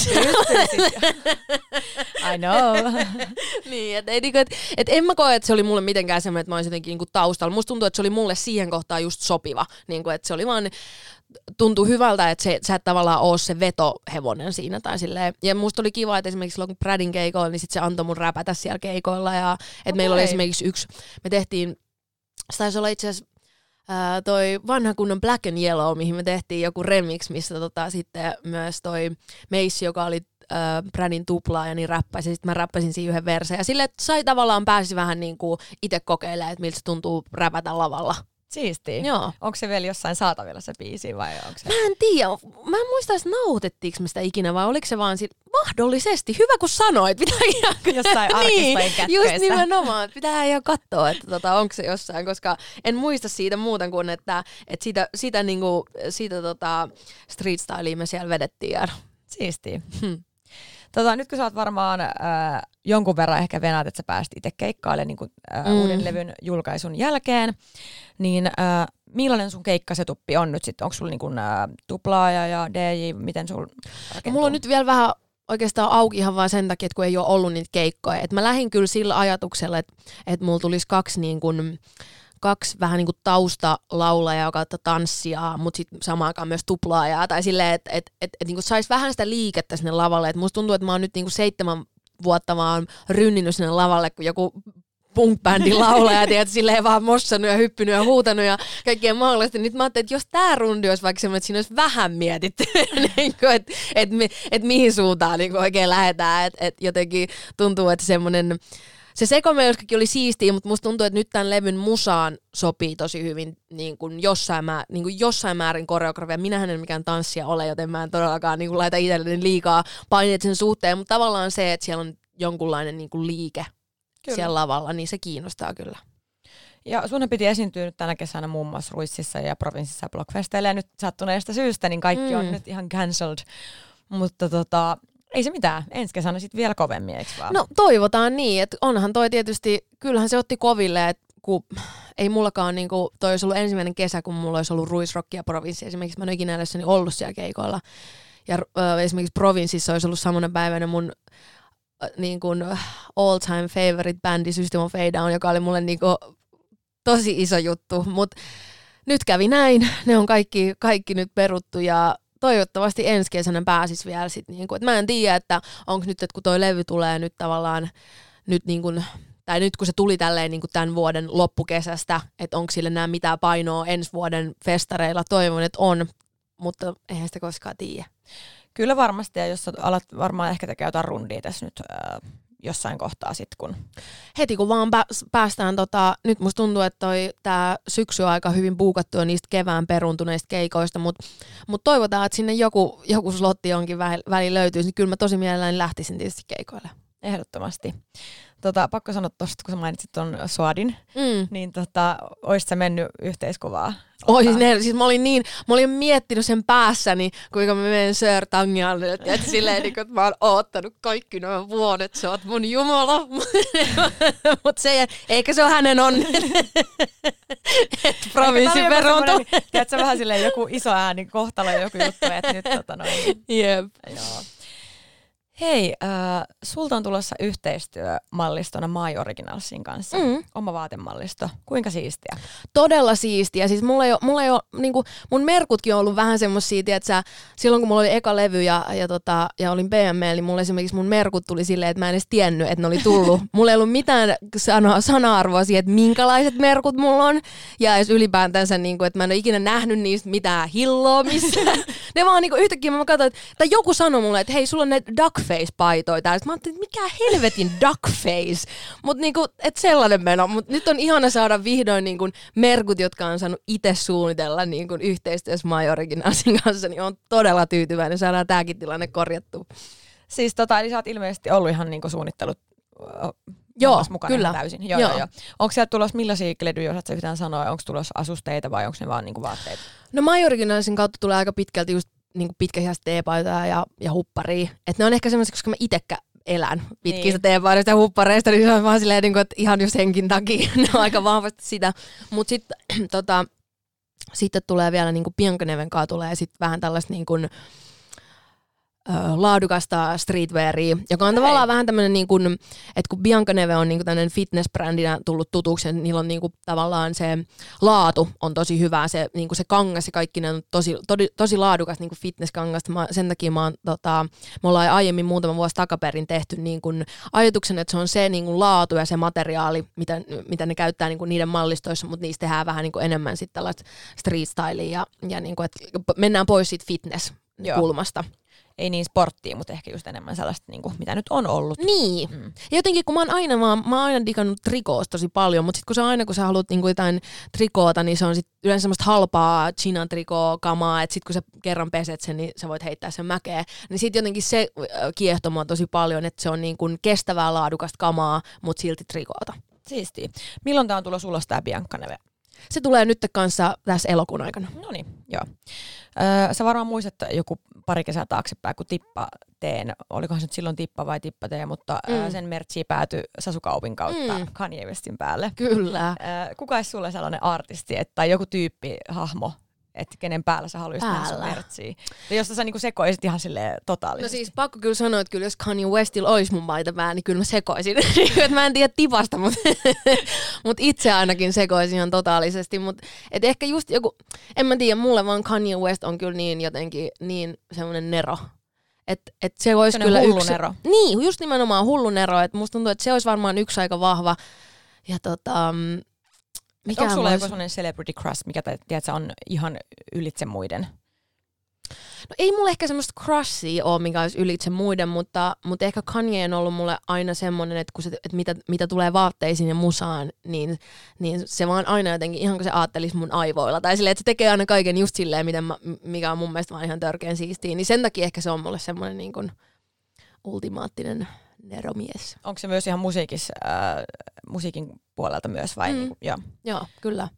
I know. Niin, että en mä koe, että se oli mulle mitenkään semmoinen, että mä olisin jotenkin niin kuin taustalla. Musta tuntuu, että se oli mulle siihen kohtaan just sopiva. Niin kuin, että se oli vaan tuntui hyvältä, että sä et tavallaan ole se vetohevonen siinä tai silleen. Ja musta oli kiva, että esimerkiksi silloin kun Bradin keikoilla, niin sit se antoi mun räpätä siellä keikoilla. Ja että meillä oli esimerkiksi me tehtiin, se taisi olla itse asiassa toi vanha kunnon Black and Yellow, mihin me tehtiin joku remix, missä sitten myös toi Meissi, joka oli Bradin tuplaaja, niin räppäsi. Sitten mä räppäsin siinä yhden verseen. Ja silleen, että pääsi vähän niin kuin itse kokeilemaan, että miltä se tuntuu räpätä lavalla. Siistiä. Joo. Onko se vielä jossain saatavilla se biisi vai onko se? Mä en tiedä. Mä en muista, että nautettiinko me sitä ikinä vai oliko se vaan mahdollisesti. Hyvä kun sanoit. Pitää ihan jossain arkistojen kätköistä. Just nimenomaan. Pitää ihan katsoa, että onko se jossain, koska en muista siitä muuten kuin, että sitä street stylea me siellä vedettiin. Ja... Siistiä. Nyt kun sä oot varmaan jonkun verran ehkä venaat, että sä pääsit itse keikkailemaan niin uuden levyn julkaisun jälkeen, niin millainen sun keikkasetuppi on nyt sitten? Onko sulla niin tuplaaja ja DJ, miten sul rakentuu? Mulla on nyt vielä vähän oikeastaan auki ihan vain sen takia, että kun ei ole ollut niitä keikkoja. Et mä lähdin kyllä sillä ajatuksella, että mulla tulisi kaksi vähän niin kuin taustalaulajaa kautta tanssia, mutta sitten samaan aikaan myös tuplaajaa. Tai silleen, että niin saisi vähän sitä liikettä sinne lavalle. Et musta tuntuu, että mä oon nyt niin kuin 7 vuotta vaan rynninyt sinne lavalle, kun joku punk-bändin laulaja, tiedät, silleen vaan mossannut ja hyppynyt ja huutanut ja kaikkea mahdollista. Nyt mä ajattelin, että jos tää rundi olisi vaikka semmoinen, että siinä olisi vähän mietitty, että mihin suuntaan niin oikein lähdetään. Että jotenkin tuntuu, että semmoinen... Se sekomelskakin oli siistiä, mutta musta tuntuu, että nyt tämän levyn musaan sopii tosi hyvin niin kuin jossain määrin koreografia. Minähän en mikään tanssia ole, joten mä en todellakaan niin kuin laita itselleni liikaa paineet sen suhteen, mutta tavallaan se, että siellä on jonkunlainen niin kuin liike siellä lavalla, niin se kiinnostaa kyllä. Ja sunhan piti esiintyä nyt tänä kesänä muun muassa Ruississa ja Provinssissa Blockfesteillä ja nyt sattuneesta syystä, niin kaikki on nyt ihan cancelled. Mutta ei se mitään. Ensi kesänä sitten vielä kovemmin, eikö vaan? No toivotaan niin, että onhan toi tietysti, kyllähän se otti koville, että kun ei mullakaan, niin kuin, toi olisi ollut ensimmäinen kesä, kun mulla olisi ollut Ruisrock ja Provinssi. Esimerkiksi mä en ole ikinä elässäni ollut siellä keikoilla. Ja esimerkiksi Provinssissa olisi ollut samoinen päivänä mun niin kuin all time favorite bändi System of a Down, joka oli mulle niin kuin tosi iso juttu. Mutta nyt kävi näin, ne on kaikki nyt peruttu ja toivottavasti ensi kesänä pääsis vielä sit niinku, että mä en tiedä, että onko nyt, että kun toi levy tulee nyt tavallaan nyt niinku, tai nyt kun se tuli tälleen niin kuin tämän vuoden loppukesästä, että onko sille enää mitään painoa ensi vuoden festareilla, toivon, että on, mutta eihän sitä koskaan tiedä. Kyllä varmasti, ja jos sä alat varmaan ehkä tekee jotain rundia tässä nyt jossain kohtaa sitten, kun... Heti kun vaan päästään, nyt musta tuntuu, että tää syksy on aika hyvin buukattu niistä kevään peruntuneista keikoista, mutta toivotaan, että sinne joku slotti jonkin väliin löytyisi, niin kyllä mä tosi mielelläni lähtisin tietysti keikoille. Ehdottomasti. Pakko sanoa tuosta, kun sä mainitsit ton Suadin, niin oisit sä mennyt yhteiskuvaa? Siis mä olin miettinyt sen päässäni, kuinka mä menen Sir Tangialle, että silleen, että mä oon oottanut kaikki nämä vuodet, sä oot mun jumala. Mutta eikä se ole hänen onnen, että provinssi peruuntuu. Tiedätkö vähän silleen joku iso ääni kohtalo joku juttu, että nyt Jep. Joo. Hei, sulta on tulossa yhteistyömallistona My Originalsin kanssa. Oma vaatemallisto. Kuinka siistiä? Todella siistiä. Siis mulla ei ole niinku, mun merkutkin on ollut vähän semmosia, että silloin kun mulla oli eka levy ja olin BML, niin mulla esimerkiksi mun merkut tuli silleen, että mä en edes tiennyt, että ne oli tullut. Mulla ei ollut mitään sana-arvoa siihen, että minkälaiset merkut mulla on. Ja edes ylipäätänsä, niinku, että mä en ole ikinä nähnyt niistä mitään hilloa missään. Ne vaan niinku, yhtäkkiä mä katsoin, tai joku sanoi mulle, että hei, sulla on ne duckface-paitoja täällä. Mä ajattelin, että mikä helvetin duckface. Mutta niinku, et sellainen meno. Mut nyt on ihana saada vihdoin niinku merkut, jotka on saanut itse suunnitella niinku yhteistyössä My Originalsin kanssa. Niin on todella tyytyväinen. Saadaan tääkin tilanne korjattua. Siis eli sä oot ilmeisesti ollut ihan niinku suunnittelut mukana kyllä. Täysin. Joo. Onko sieltä tulossa millaisia kledyjä, osaat sä yhtään sanoa? Onko tulossa asusteita vai onko ne vaan niinku vaatteita? No My Originalsin kautta tulee aika pitkälti just niinku pitkähiäistä teepaitaa ja hupparia. Et ne on ehkä semmoisia, koska mä itsekään elän pitkistä teepaidista ja huppareista, niin se on vaan silleen, että ihan just henkin takia. Ne on aika vahvasti sitä. Mutta sitten tulee vielä niinku Biancaneven kanssa tulee sitten vähän tällaista niinku laadukasta streetwearia, joka on tavallaan vähän tämmöinen, niin kuin, että kun Biancaneve on niin kuin tämmöinen fitness-brändinä tullut tutuksi, niin niillä on niin kuin, tavallaan se laatu on tosi hyvä, se, niin kuin se kangas ja kaikki ne on tosi laadukas niin kuin fitness-kangasta. Sen takia me ollaan aiemmin muutama vuosi takaperin tehty niin kuin ajatuksen, että se on se niin kuin laatu ja se materiaali, mitä ne käyttää niin kuin niiden mallistoissa, mutta niistä tehdään vähän niin kuin enemmän sitten tällaista street-stylia ja niin kuin, että mennään pois siitä fitness-kulmasta. Ei niin sporttia, mutta ehkä just enemmän sellaista, niin kuin, mitä nyt on ollut. Niin. Ja jotenkin, kun mä oon aina digannut trikoosta tosi paljon, mutta sitten kun sä haluat niin kuin jotain trikoota, niin se on sit yleensä semmoista halpaa chinan trikoo-kamaa, että sitten kun sä kerran peset sen, niin sä voit heittää sen mäkeen. Niin sitten jotenkin se kiehtoo mua tosi paljon, että se on niin kuin kestävää laadukasta kamaa, mutta silti trikoota. Siistiä. Milloin tää on tulossa ulos tää Biancaneve? Se tulee nyt kanssa tässä elokuun aikana. Noniin, joo. Sä varmaan muistat joku pari kesää taaksepäin, kun Tippa-teen, olikohan se nyt silloin Tippa vai Tippa-tee, mutta sen mertsi päätyi Sasukaupin kautta Kanye Westin päälle. Kyllä. Kuka olisi sulle sellainen artisti, tai joku tyyppi, hahmo, että kenen päällä sä haluaisit nähdä sun mertsiä? Ja josta sä niinku sekoisit ihan silleen totaalisesti. No siis pakko kyllä sanoa, että kyllä jos Kanye Westillä olisi mun paitapää, niin kyllä mä sekoisin. Mä en tiedä Tipasta, mutta itse ainakin sekoisin ihan totaalisesti. Mut, et ehkä just joku, en mä tiedä, mulle vaan Kanye West on kyllä niin jotenkin niin semmoinen nero. Et se olisi kyllä hullu nero. Niin, just nimenomaan hullu nero. Et musta tuntuu, että se olisi varmaan yksi aika vahva. Ja onko sulla joku sellainen celebrity crush, mikä tiedätkö, on ihan ylitse muiden? No ei mulla ehkä semmoista crushia ole, mikä olisi ylitse muiden, mutta ehkä Kanye on ollut mulle aina semmoinen, että, mitä tulee vaatteisiin ja musaan, niin se vaan aina jotenkin, ihan kun se aattelisi mun aivoilla. Tai silleen, että se tekee aina kaiken just silleen, mikä on mun mielestä vaan ihan törkeän siistiä. Niin sen takia ehkä se on mulle semmoinen niin kuin ultimaattinen neromies. Onko se myös ihan musiikin puolelta myös vai? Niin kuin, joo, kyllä.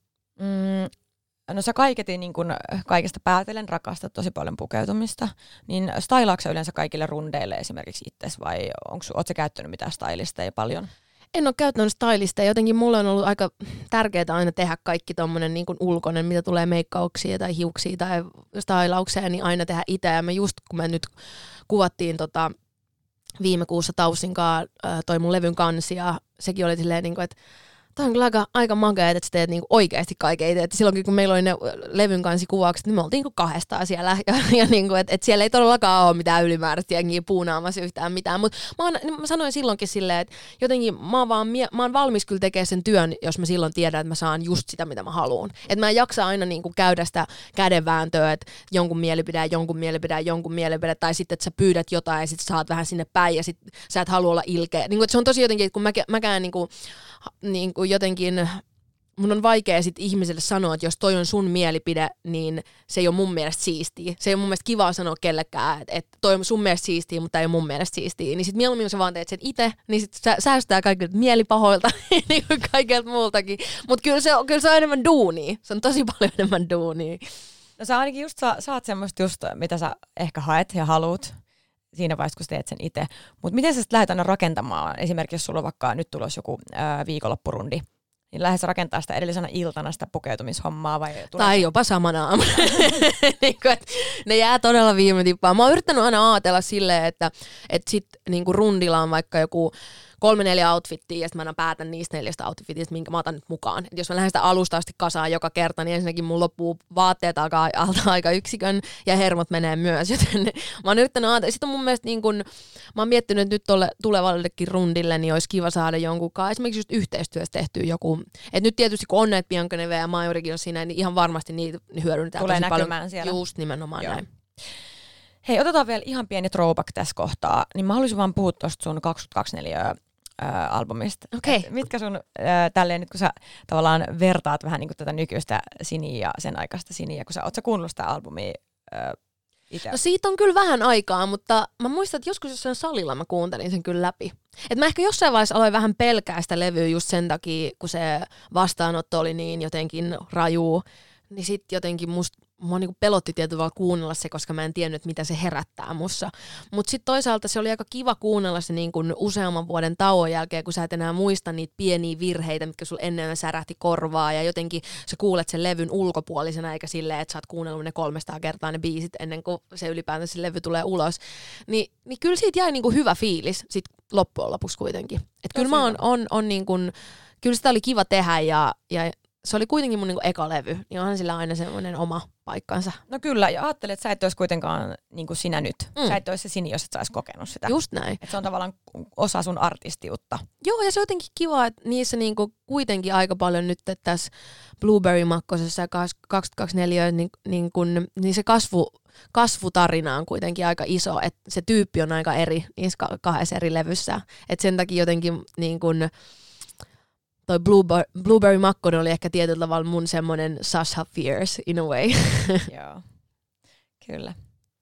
No sä niin kun kaikesta päätellen rakastat tosi paljon pukeutumista, niin stylaatko sä yleensä kaikille rundeille esimerkiksi itses vai oot sä käyttänyt mitään stylisteja paljon? En ole käyttänyt stylisteja. Jotenkin mulle on ollut aika tärkeää aina tehdä kaikki tommonen niin kuin ulkoinen, mitä tulee meikkauksia tai hiuksia tai stylaukseen, niin aina tehdä itse. Ja kun me nyt kuvattiin viime kuussa Taussin kanssa toi mun levyn kansi ja sekin oli silleen, että Tämä on kyllä aika makea, että sä teet niinku oikeasti kaiken itse. Silloin kun meillä oli ne levyn kanssa kuvaukset, niin me oltiin niinku kahdestaan siellä. Ja niinku, et siellä ei todellakaan ole mitään ylimääräistä jengiä puunaamassa yhtään mitään. Mutta mä sanoin silloinkin silleen, että jotenkin mä oon valmis kyllä tekemään sen työn, jos mä silloin tiedän, että mä saan just sitä, mitä mä haluan. Että mä en jaksa aina niinku käydä sitä kädenvääntöä, että jonkun mielipide, tai sitten, että sä pyydät jotain ja sitten saat vähän sinne päin ja sitten sä et halua olla ilkeä. Niinku, se on tosi jotenkin, että kun mäkään niinku jotenkin mun on vaikea sit ihmiselle sanoa, että jos toi on sun mielipide, niin se ei ole mun mielestä siistiä. Se ei ole mun mielestä kivaa sanoa kellekään, että toi on sun mielestä siistiä, mutta ei ole mun mielestä siistiä. Niin sit mieluummin sä vaan teet sen itse, niin sit säästää kaikilta mielipahoilta, niin kuin kaikilta muultakin. Mutta kyllä se on enemmän duunia. Se on tosi paljon enemmän duunia. No sä ainakin just saat semmoista just, mitä sä ehkä haet ja haluut siinä vaiheessa, kun sä teet sen itse. Mutta miten sä sitten lähdet aina rakentamaan? Esimerkiksi jos sulla on vaikka nyt tulossa joku viikonloppurundi, niin lähdet rakentaa sitä edellisenä iltana sitä pukeutumishommaa vai tai jopa samana aamuna. Ne jää todella viime tippaan. Mä oon yrittänyt aina ajatella silleen, että sit niinku rundilla on vaikka joku 3-4 outfittia ja sitten mä aina päätän niistä 4 outfitista, minkä mä otan nyt mukaan. Et jos mä lähden sitä alusta asti kasaan joka kerta, niin ensinnäkin mun loppuu vaatteet alta aika yksikön ja hermot menee myös. Joten mä oon yrittänyt ajatella. Sitten on mun mielestä niin kun, mä oon miettinyt, että nyt tolle tulevallekin rundille, niin olisi kiva saada jonkunkaan esimerkiksi just yhteistyössä tehtyä joku. Et nyt tietysti kun on näitä Bianca Neve ja Majorikin on siinä, niin ihan varmasti niitä hyödynnetään tulee tosi näkymään paljon. siellä. Just nimenomaan näin. Hei, otetaan vielä ihan pieni throwback tässä kohtaa. Niin mä haluaisin vaan puhua tuosta sun 2024 albumista. Okay. Mitkä sun, tälleen nyt kun sä tavallaan vertaat vähän niin kuin tätä nykyistä Siniä ja sen aikaista Siniä, kun oot sä kuunnellut sitä albumia itse? No siitä on kyllä vähän aikaa, mutta mä muistan, että joskus jossain salilla mä kuuntelin sen kyllä läpi. Et mä ehkä jossain vaiheessa aloin vähän pelkää sitä levyä just sen takia, kun se vastaanotto oli niin jotenkin raju, niin sit jotenkin mua niinku pelotti tietyllä tavalla kuunnella se, koska mä en tiennyt, mitä se herättää mussa. Mutta sitten toisaalta se oli aika kiva kuunnella se niinku useamman vuoden tauon jälkeen, kun sä et enää muista niitä pieniä virheitä, mitkä sulla ennen särähti korvaa, ja jotenkin sä kuulet sen levyn ulkopuolisena, eikä silleen, että sä oot kuunnellut ne 300 kertaa ne biisit ennen kuin se ylipäätään se levy tulee ulos. Niin kyllä siitä jäi niinku hyvä fiilis sit loppujen lopuksi kuitenkin. Että kyllä mä on niinku, kyllä sitä oli kiva tehdä ja se oli kuitenkin mun niinku eka levy, niin onhan sillä aina semmoinen oma paikkansa. No kyllä, ja ajattelin, että sä et olisi kuitenkaan niin kuin sinä nyt. Sä et olisi se Sini, jos et sä olisi kokenut sitä. Just näin. Et se on tavallaan osa sun artistiutta. Joo, ja se on jotenkin kiva, että niissä niinku kuitenkin aika paljon nyt tässä Blueberry-makkosessa ja 224, niin se kasvutarina on kuitenkin aika iso, että se tyyppi on aika eri niissä kahdessa eri levyssä. Että sen takia jotenkin niin kun, toi Blueberry Makkonen oli ehkä tietyllä tavalla mun semmoinen Sasha Fierce in a way. Joo, kyllä.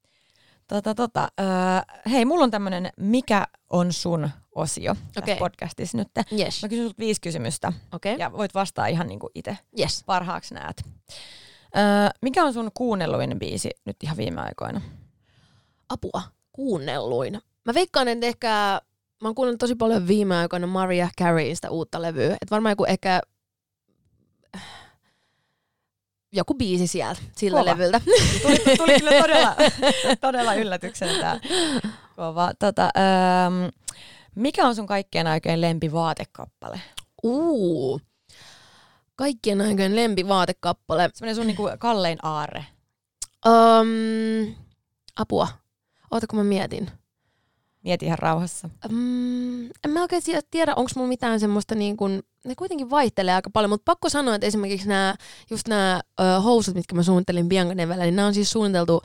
Hei, mulla on tämmönen Mikä on sun osio tässä podcastissa nyt. Yes. Mä kysyn sulta 5 kysymystä ja voit vastaa ihan niin kuin itse parhaaksi näet. Mikä on sun kuunnelluin biisi nyt ihan viime aikoina? Apua, kuunnelluin. Mä veikkaan, että ehkä mä oon kuunnellut tosi paljon viime aikoina Mariah Careyn sitä uutta levyä. Et varmaan joku biisi sieltä, sillä levyltä. Tuli kyllä todella yllätykseltä. Kova. Mikä on sun kaikkien aikojen lempivaatekappale? Kaikkien aikojen lempivaatekappale. Semmoinen sun niinku kallein aarre. Apua. Oota, kun mä mietin. Mieti ihan rauhassa. En mä oikein tiedä, onko mulla mitään semmoista, niin kun, ne kuitenkin vaihtelee aika paljon, mutta pakko sanoa, että esimerkiksi nämä housut, mitkä mä suunnittelin Bianca Nevellä, niin nämä on siis suunniteltu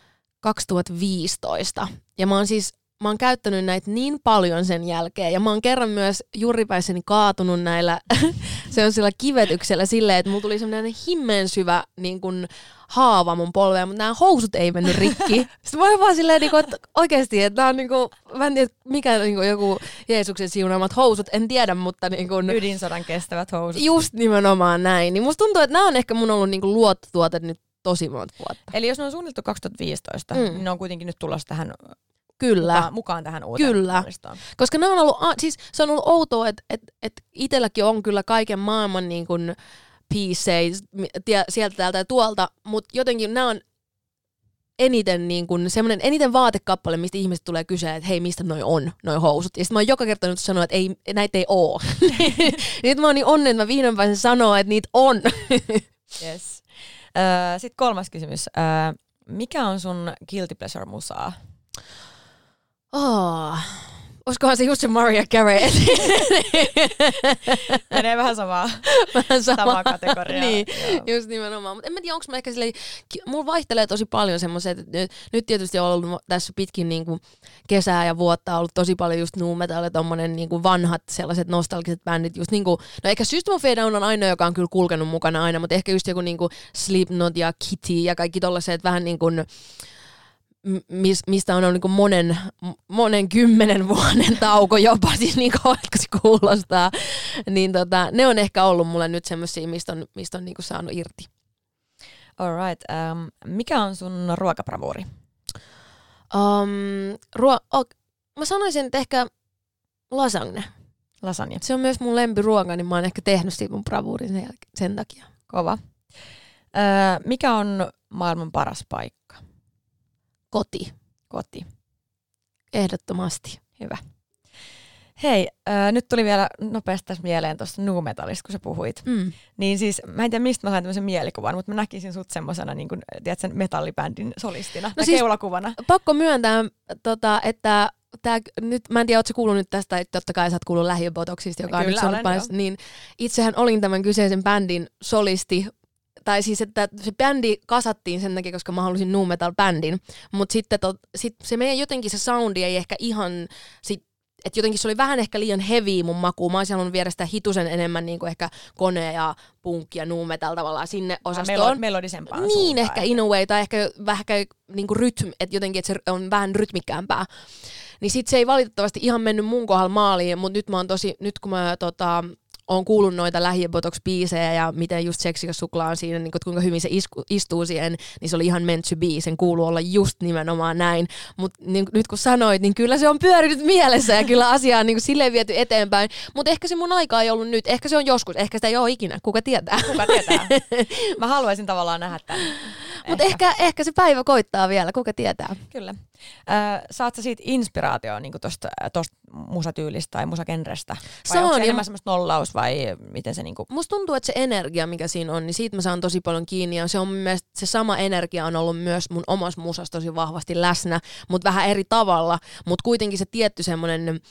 2015. Ja mä oon käyttänyt näitä niin paljon sen jälkeen, ja mä oon kerran myös juuripäissäni kaatunut näillä sellaisella kivetyksellä silleen, että mulla tuli semmoinen himmeen syvä niin kun, haava mun polveen, mutta nämä housut ei mennyt rikki. Sitten mä oon vaan silleen, että oikeasti, että nämä on niinku, mä en tiedä mikä niinku joku Jeesuksen siunaamat housut, en tiedä, mutta niinku ydinsodan kestävät housut. Just nimenomaan näin. Niin musta tuntuu, että nämä on ehkä mun ollut niinku luottotuote nyt tosi monta vuotta. Eli jos ne on suunniteltu 2015, niin ne on kuitenkin nyt tulossa tähän mukaan tähän uuteen mallistoon. Koska ne on ollut, siis se on ollut outoa, että itselläkin on kyllä kaiken maailman niin kuin piecejä sieltä täältä ja tuolta, mutta jotenkin nämä on eniten, niin kun, semmoinen eniten vaatekappale, mistä ihmiset tulee kysyä, että hei, mistä noi housut. Ja sitten mä oon joka kerta nyt sanonut, että ei, näitä ei oo. Nyt mä oon niin onnen, että mä vihdoin pääsen sanoa, että niitä on. Yes. Sitten kolmas kysymys. Mikä on sun guilty pleasure musaa? Olisikohan se just se Mariah Carey? Menee vähän samaa kategoriaa. Niin, just nimenomaan. Mutta en mä tiedä, onko mä ehkä silleen, mulla vaihtelee tosi paljon semmoiset, että nyt tietysti on ollut tässä pitkin niinku kesää ja vuotta ollut tosi paljon just nu metal ja tommonen niinku vanhat sellaiset nostalgiset bändit. Just niinku, no ehkä System of a Down on ainoa, joka on kyllä kulkenut mukana aina, mutta ehkä just joku niinku Slipknot ja Kitty ja kaikki tollaset vähän niinku mistä on ollut niin monen 10 vuoden tauko jopa, siis niin kauan se kuulostaa, niin ne on ehkä ollut mulle nyt semmosia, mistä on niin saanut irti. Alright. Mikä on sun ruokabravuuri? Mä sanoisin, että ehkä lasagne. Lasagne. Se on myös mun lempiruoka, niin mä oon ehkä tehnyt siitä mun bravuurin sen takia. Kova. Mikä on maailman paras paikka? Koti. Ehdottomasti. Hyvä. Hei, nyt tuli vielä nopeasti tässä mieleen tuosta nu metalista, kun sä puhuit. Niin siis, mä en tiedä mistä mä sain tämmöisen mielikuvan, mutta mä näkisin sut semmosena niin kuin, tiedät, sen metallibändin solistina tai siis keulakuvana. Pakko myöntää, että nyt, mä en tiedä, ootko kuullut nyt tästä, että totta kai sä oot kuullut Lähiöbotoksista, joka kyllä, on nyt niin itsehän olin tämän kyseisen bändin solisti. Tai siis, että se bändi kasattiin sen takia, koska mä halusin nu metal bändin, mutta sitten se meidän jotenkin se soundi ei ehkä ihan, että jotenkin se oli vähän ehkä liian heavy mun makuun. Mä olisin halunnut viedä sitä hitusen enemmän niin kuin ehkä kone ja punk ja nu metal tavallaan sinne osastoon. Melodisempaan niin, suuntaan. ehkä in a way, tai ehkä vähän niin kuin että jotenkin, että se on vähän rytmikkäämpää. Niin sit se ei valitettavasti ihan mennyt mun kohdalla maaliin, mutta nyt kun mä oon kuullut noita Lähiöbotox-biisejä ja miten just seksikäs suklaa on siinä, niin kuinka hyvin se istuu siihen, niin se oli ihan meant to be. Sen kuuluu olla just nimenomaan näin. Mutta niin, nyt kun sanoit, niin kyllä se on pyörinyt mielessä ja kyllä asia on niin silleen viety eteenpäin. Mutta ehkä se mun aika ei ollut nyt. Ehkä se on joskus. Ehkä sitä ei ole ikinä. Kuka tietää? Kuka tietää? Mä haluaisin tavallaan nähdä tämän. Mutta ehkä se päivä koittaa vielä. Kuka tietää? Kyllä. Saat sä siitä inspiraatioa niin tosta musatyylistä tai musagenrestä? Vai onko se enemmän semmoista nollaus vai miten se niinku? Musta tuntuu, että se energia, mikä siinä on, niin siitä mä saan tosi paljon kiinni. Ja se sama energia on ollut myös mun omassa musassa tosi vahvasti läsnä, mutta vähän eri tavalla. Mutta kuitenkin se tietty semmoinen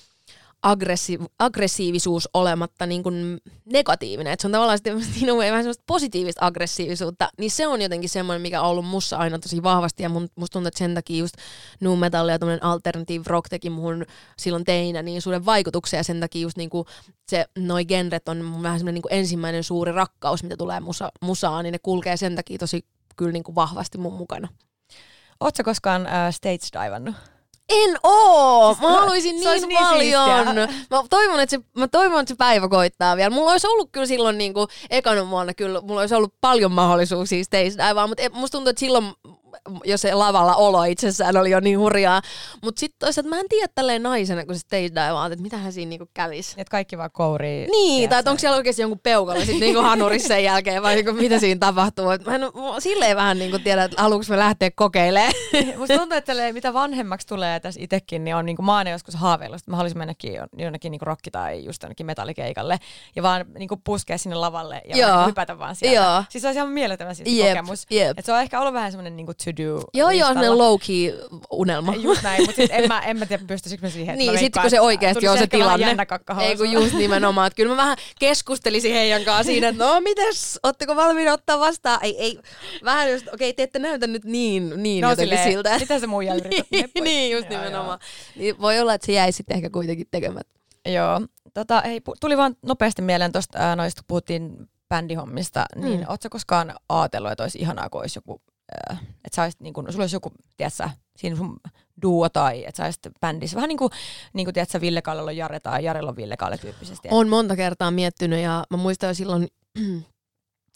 aggressiivisuus olematta niin kuin negatiivinen. Et se on tavallaan vähän semmoista positiivista aggressiivisuutta, niin se on jotenkin semmoinen, mikä on ollut mussa aina tosi vahvasti, ja musta tuntuu, että sen takia just nu metal ja tommoinen alternative rock teki muhun silloin teinä niin suuren vaikutuksen, ja sen takia just niinku noi genret on mun vähän semmoinen niinku ensimmäinen suuri rakkaus, mitä tulee musaan, niin ne kulkee sen takia tosi kyllä niinku vahvasti mun mukana. Ootko koskaan stage divannut? En oo! Mä haluaisin niin paljon. Mä toivon, että se päivä koittaa vielä. Mulla olisi ollut kyllä silloin niinku ekana vuonna mulla olisi ollut paljon mahdollisuuksia stage divaa, mutta musta tuntuu, että silloin jo se lavalla olo itsessään oli jo niin hurjaa. Mutta sitten toisaalta mä en tiedä tälleen naisena, kun se stage divaat, että mitähän siinä niinku kävisi. Että kaikki vaan kourii. Niin, tai onko siellä oikeasti jonkun peukalla sitten niinku hanurissa sen jälkeen, vai niinku, mitä siinä tapahtuu. Et mä en silleen vähän niinku tiedä, että haluanko mä lähteä kokeilemaan. Musta tuntuu, että mitä vanhemmaksi tulee tässä itsekin, niin on niinku mä oon joskus haaveillut, että mä haluaisin mennäkin jonnekin niinku rocki- tai just jonnekin metallikeikalle ja vaan niinku puskea sinne lavalle ja hypätä vaan sieltä. Joo. Siis se olisi ihan mieletön kokemus. Että se on ehkä ollut vähän semmoinen niinku to do. Joo, semmoinen low-key unelma. Just näin, mutta en mä tiedä, pystyisikö mä siihen. Niin, sitten kun se oikeasti on se tilanne. Ei kun just nimenomaan. Että kyllä mä vähän keskustelisin heidän kanssa siinä, että no mites, ootteko valmiina ottaa vastaan? Ei, vähän just, okei, te ette näytä nyt niin no, jotenkin siltä. Mitä se muija yrität? Niin, just nimenomaan. Niin, voi olla, että se jäi sitten ehkä kuitenkin tekemättä. Joo. Hei, tuli vaan nopeasti mieleen tuosta noista, kun puhuttiin bändihommista, niin ootko koskaan ajatellut, että olisi ihanaa, kun olisi joku, että sä olisit, niin kun, sulla olisi joku, tiedätkö, siinä sun duo tai että sä olisit bändissä, vähän niin kuin tiedätkö, Ville Kallella on Jare tai Jarella on Ville Kalle tyyppisesti. On monta kertaa miettinyt ja mä muistan jo silloin,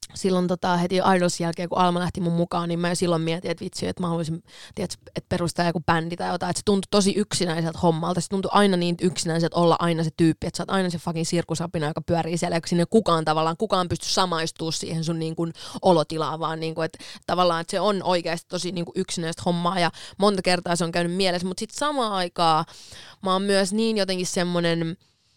silloin heti Idolsin jälkeen, kun Alma lähti mun mukaan, niin mä jo silloin mietin, että vitsi, että mä haluaisin, että perustaa joku bändi tai jotain. Että se tuntui tosi yksinäiseltä hommalta. Se tuntui aina niin yksinäiseltä olla aina se tyyppi, että sä oot aina se fucking sirkusapina, joka pyörii siellä, ja sinne kukaan pysty samaistuu siihen sun niin kuin olotilaan, vaan niin kuin, että tavallaan että se on oikeasti tosi niin kuin yksinäistä hommaa, ja monta kertaa se on käynyt mielessä, mutta sitten samaan aikaan mä oon myös niin jotenkin semmoinen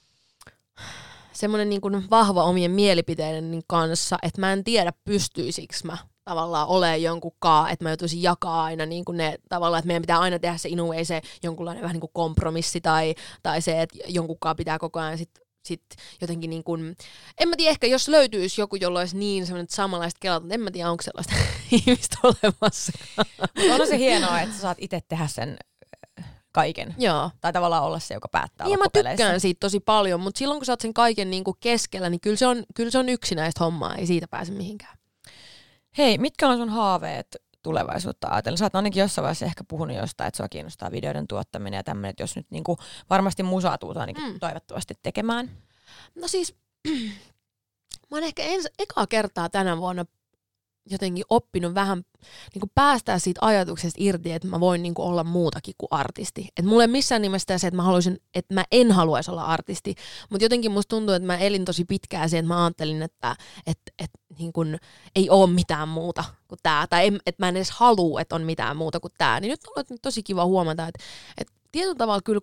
niin kuin vahva omien mielipiteiden kanssa, että mä en tiedä pystyisikö mä tavallaan olemaan jonkunkaan, että mä joutuisin jakaa aina niin kuin ne tavallaan, että meidän pitää aina tehdä se in a way, se jonkunlainen vähän niin kuin kompromissi tai se, että jonkunkaan pitää koko ajan sit jotenkin niin kuin, en mä tiedä, ehkä jos löytyisi joku, jolla olisi niin semmoinen samanlaista kelat, mutta en mä tiedä, onko sellaista ihmistä olemassa. Mutta on se hienoa, että sä saat itse tehdä sen kaiken. Joo. Tai tavallaan olla se, joka päättää ja mä tykkään siitä tosi paljon, mutta silloin kun sä oot sen kaiken niin kuin keskellä, niin kyllä se on yksinäistä hommaa, ei siitä pääse mihinkään. Hei, mitkä on sun haaveet tulevaisuutta ajatellen? Sä oot ainakin jossain vaiheessa ehkä puhunut jostain, että sua kiinnostaa videoiden tuottaminen ja tämmöinen, että jos nyt niin kuin varmasti musaa tuut ainakin toivottavasti tekemään. No siis, mä oon ehkä ekaa kertaa tänä vuonna jotenkin oppinut vähän niin kuin päästää siitä ajatuksesta irti, että mä voin niin kuin olla muutakin kuin artisti. Että mulla ei missään nimessä se, että mä en haluaisi olla artisti, mutta jotenkin musta tuntuu, että mä elin tosi pitkään siihen, että mä ajattelin, että niin kuin ei ole mitään muuta kuin tää, tai että mä en edes halua, että on mitään muuta kuin tää. Niin nyt on ollut tosi kiva huomata, että tietyllä tavalla kyllä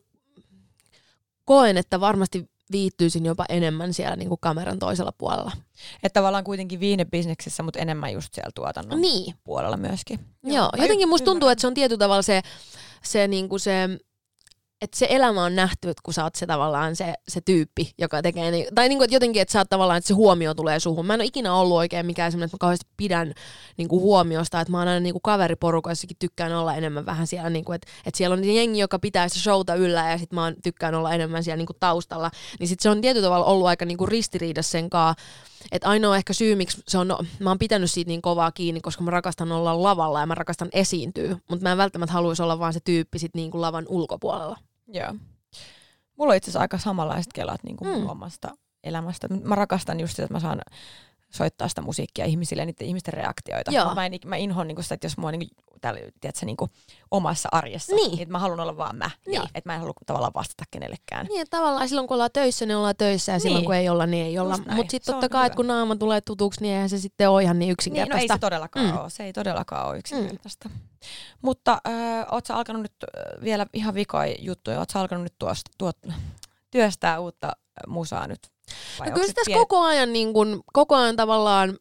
koen, että varmasti viittyisin jopa enemmän siellä niin kuin kameran toisella puolella. Että tavallaan kuitenkin viihdebisneksessä, mutta enemmän just siellä tuotannon puolella myöskin. Joo, jotenkin musta tuntuu, että se on tietyllä tavalla se, niin kuin se että se elämä on nähty, että kun sä oot se tavallaan se tyyppi, joka tekee, tai niin kuin, että jotenkin, että sä oot tavallaan, että se huomio tulee suhun. Mä en ole ikinä ollut oikein mikään semmoinen, että mä kauheasti pidän niin kuin huomiosta, että mä oon aina niin kuin kaveriporukoissakin tykkään olla enemmän vähän siellä, niin kuin, että siellä on jengi, joka pitää sitä showta yllä, ja sit mä tykkään olla enemmän siellä niin kuin taustalla, niin sit se on tietyllä tavalla ollut aika niin kuin ristiriidassa sen kanssa. Että ainoa ehkä syy, miksi mä oon pitänyt siitä niin kovaa kiinni, koska mä rakastan olla lavalla ja mä rakastan esiintyä, mutta mä en välttämättä haluaisi olla vaan se tyyppi sit niin kuin lavan ulkopuolella. Joo. Mulla on itse asiassa aika samanlaiset kelat niin kuin mun omasta elämästä. Mä rakastan just sitä, että mä saan soittaa sitä musiikkia ihmisille ja niiden ihmisten reaktioita. Mä inhoan niin sitä, että jos mua niin täällä, tiedätkö, niin omassa arjessa, niin että mä haluan olla vaan mä. Niin. Ja että mä en halua tavallaan vastata kenellekään. Niin, että tavallaan silloin kun ollaan töissä, niin ollaan töissä ja silloin kun ei olla, niin ei olla. Mutta sitten totta kai, että kun naama tulee tutuksi, niin eihän se sitten ole ihan niin yksinkertaista. Niin, no ei se todellakaan ole. Se ei todellakaan ole yksinkertaista. Mutta oot sä alkanut nyt vielä ihan vikoja juttuja, oot sä alkanut nyt työstää uutta musaa nyt? No kyllä se tässä koko ajan tavallaan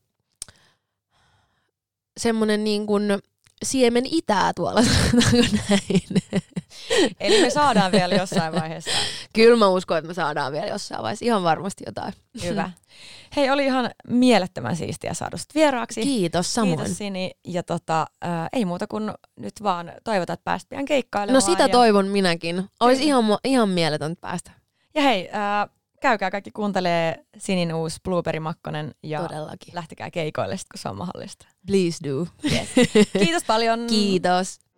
semmoinen niin kuin siemen itää tuolla, näin. Eli me saadaan vielä jossain vaiheessa. Kyllä mä uskon, että me saadaan vielä jossain vaiheessa ihan varmasti jotain. Hyvä. Hei, oli ihan mielettömän siistiä saada sut vieraaksi. Kiitos, samoin. Kiitos Sini. Ja ei muuta kuin nyt vaan toivotaan, että pääst pian keikkailemaan. No sitä toivon minäkin. Olisi ihan mieletöntä päästä. Ja hei, käykää kaikki kuuntelee Sinin uusi Blueberry Makkonen ja todellakin. Lähtekää keikoille sit, kun se on mahdollista. Please do. Yes. Kiitos paljon. Kiitos.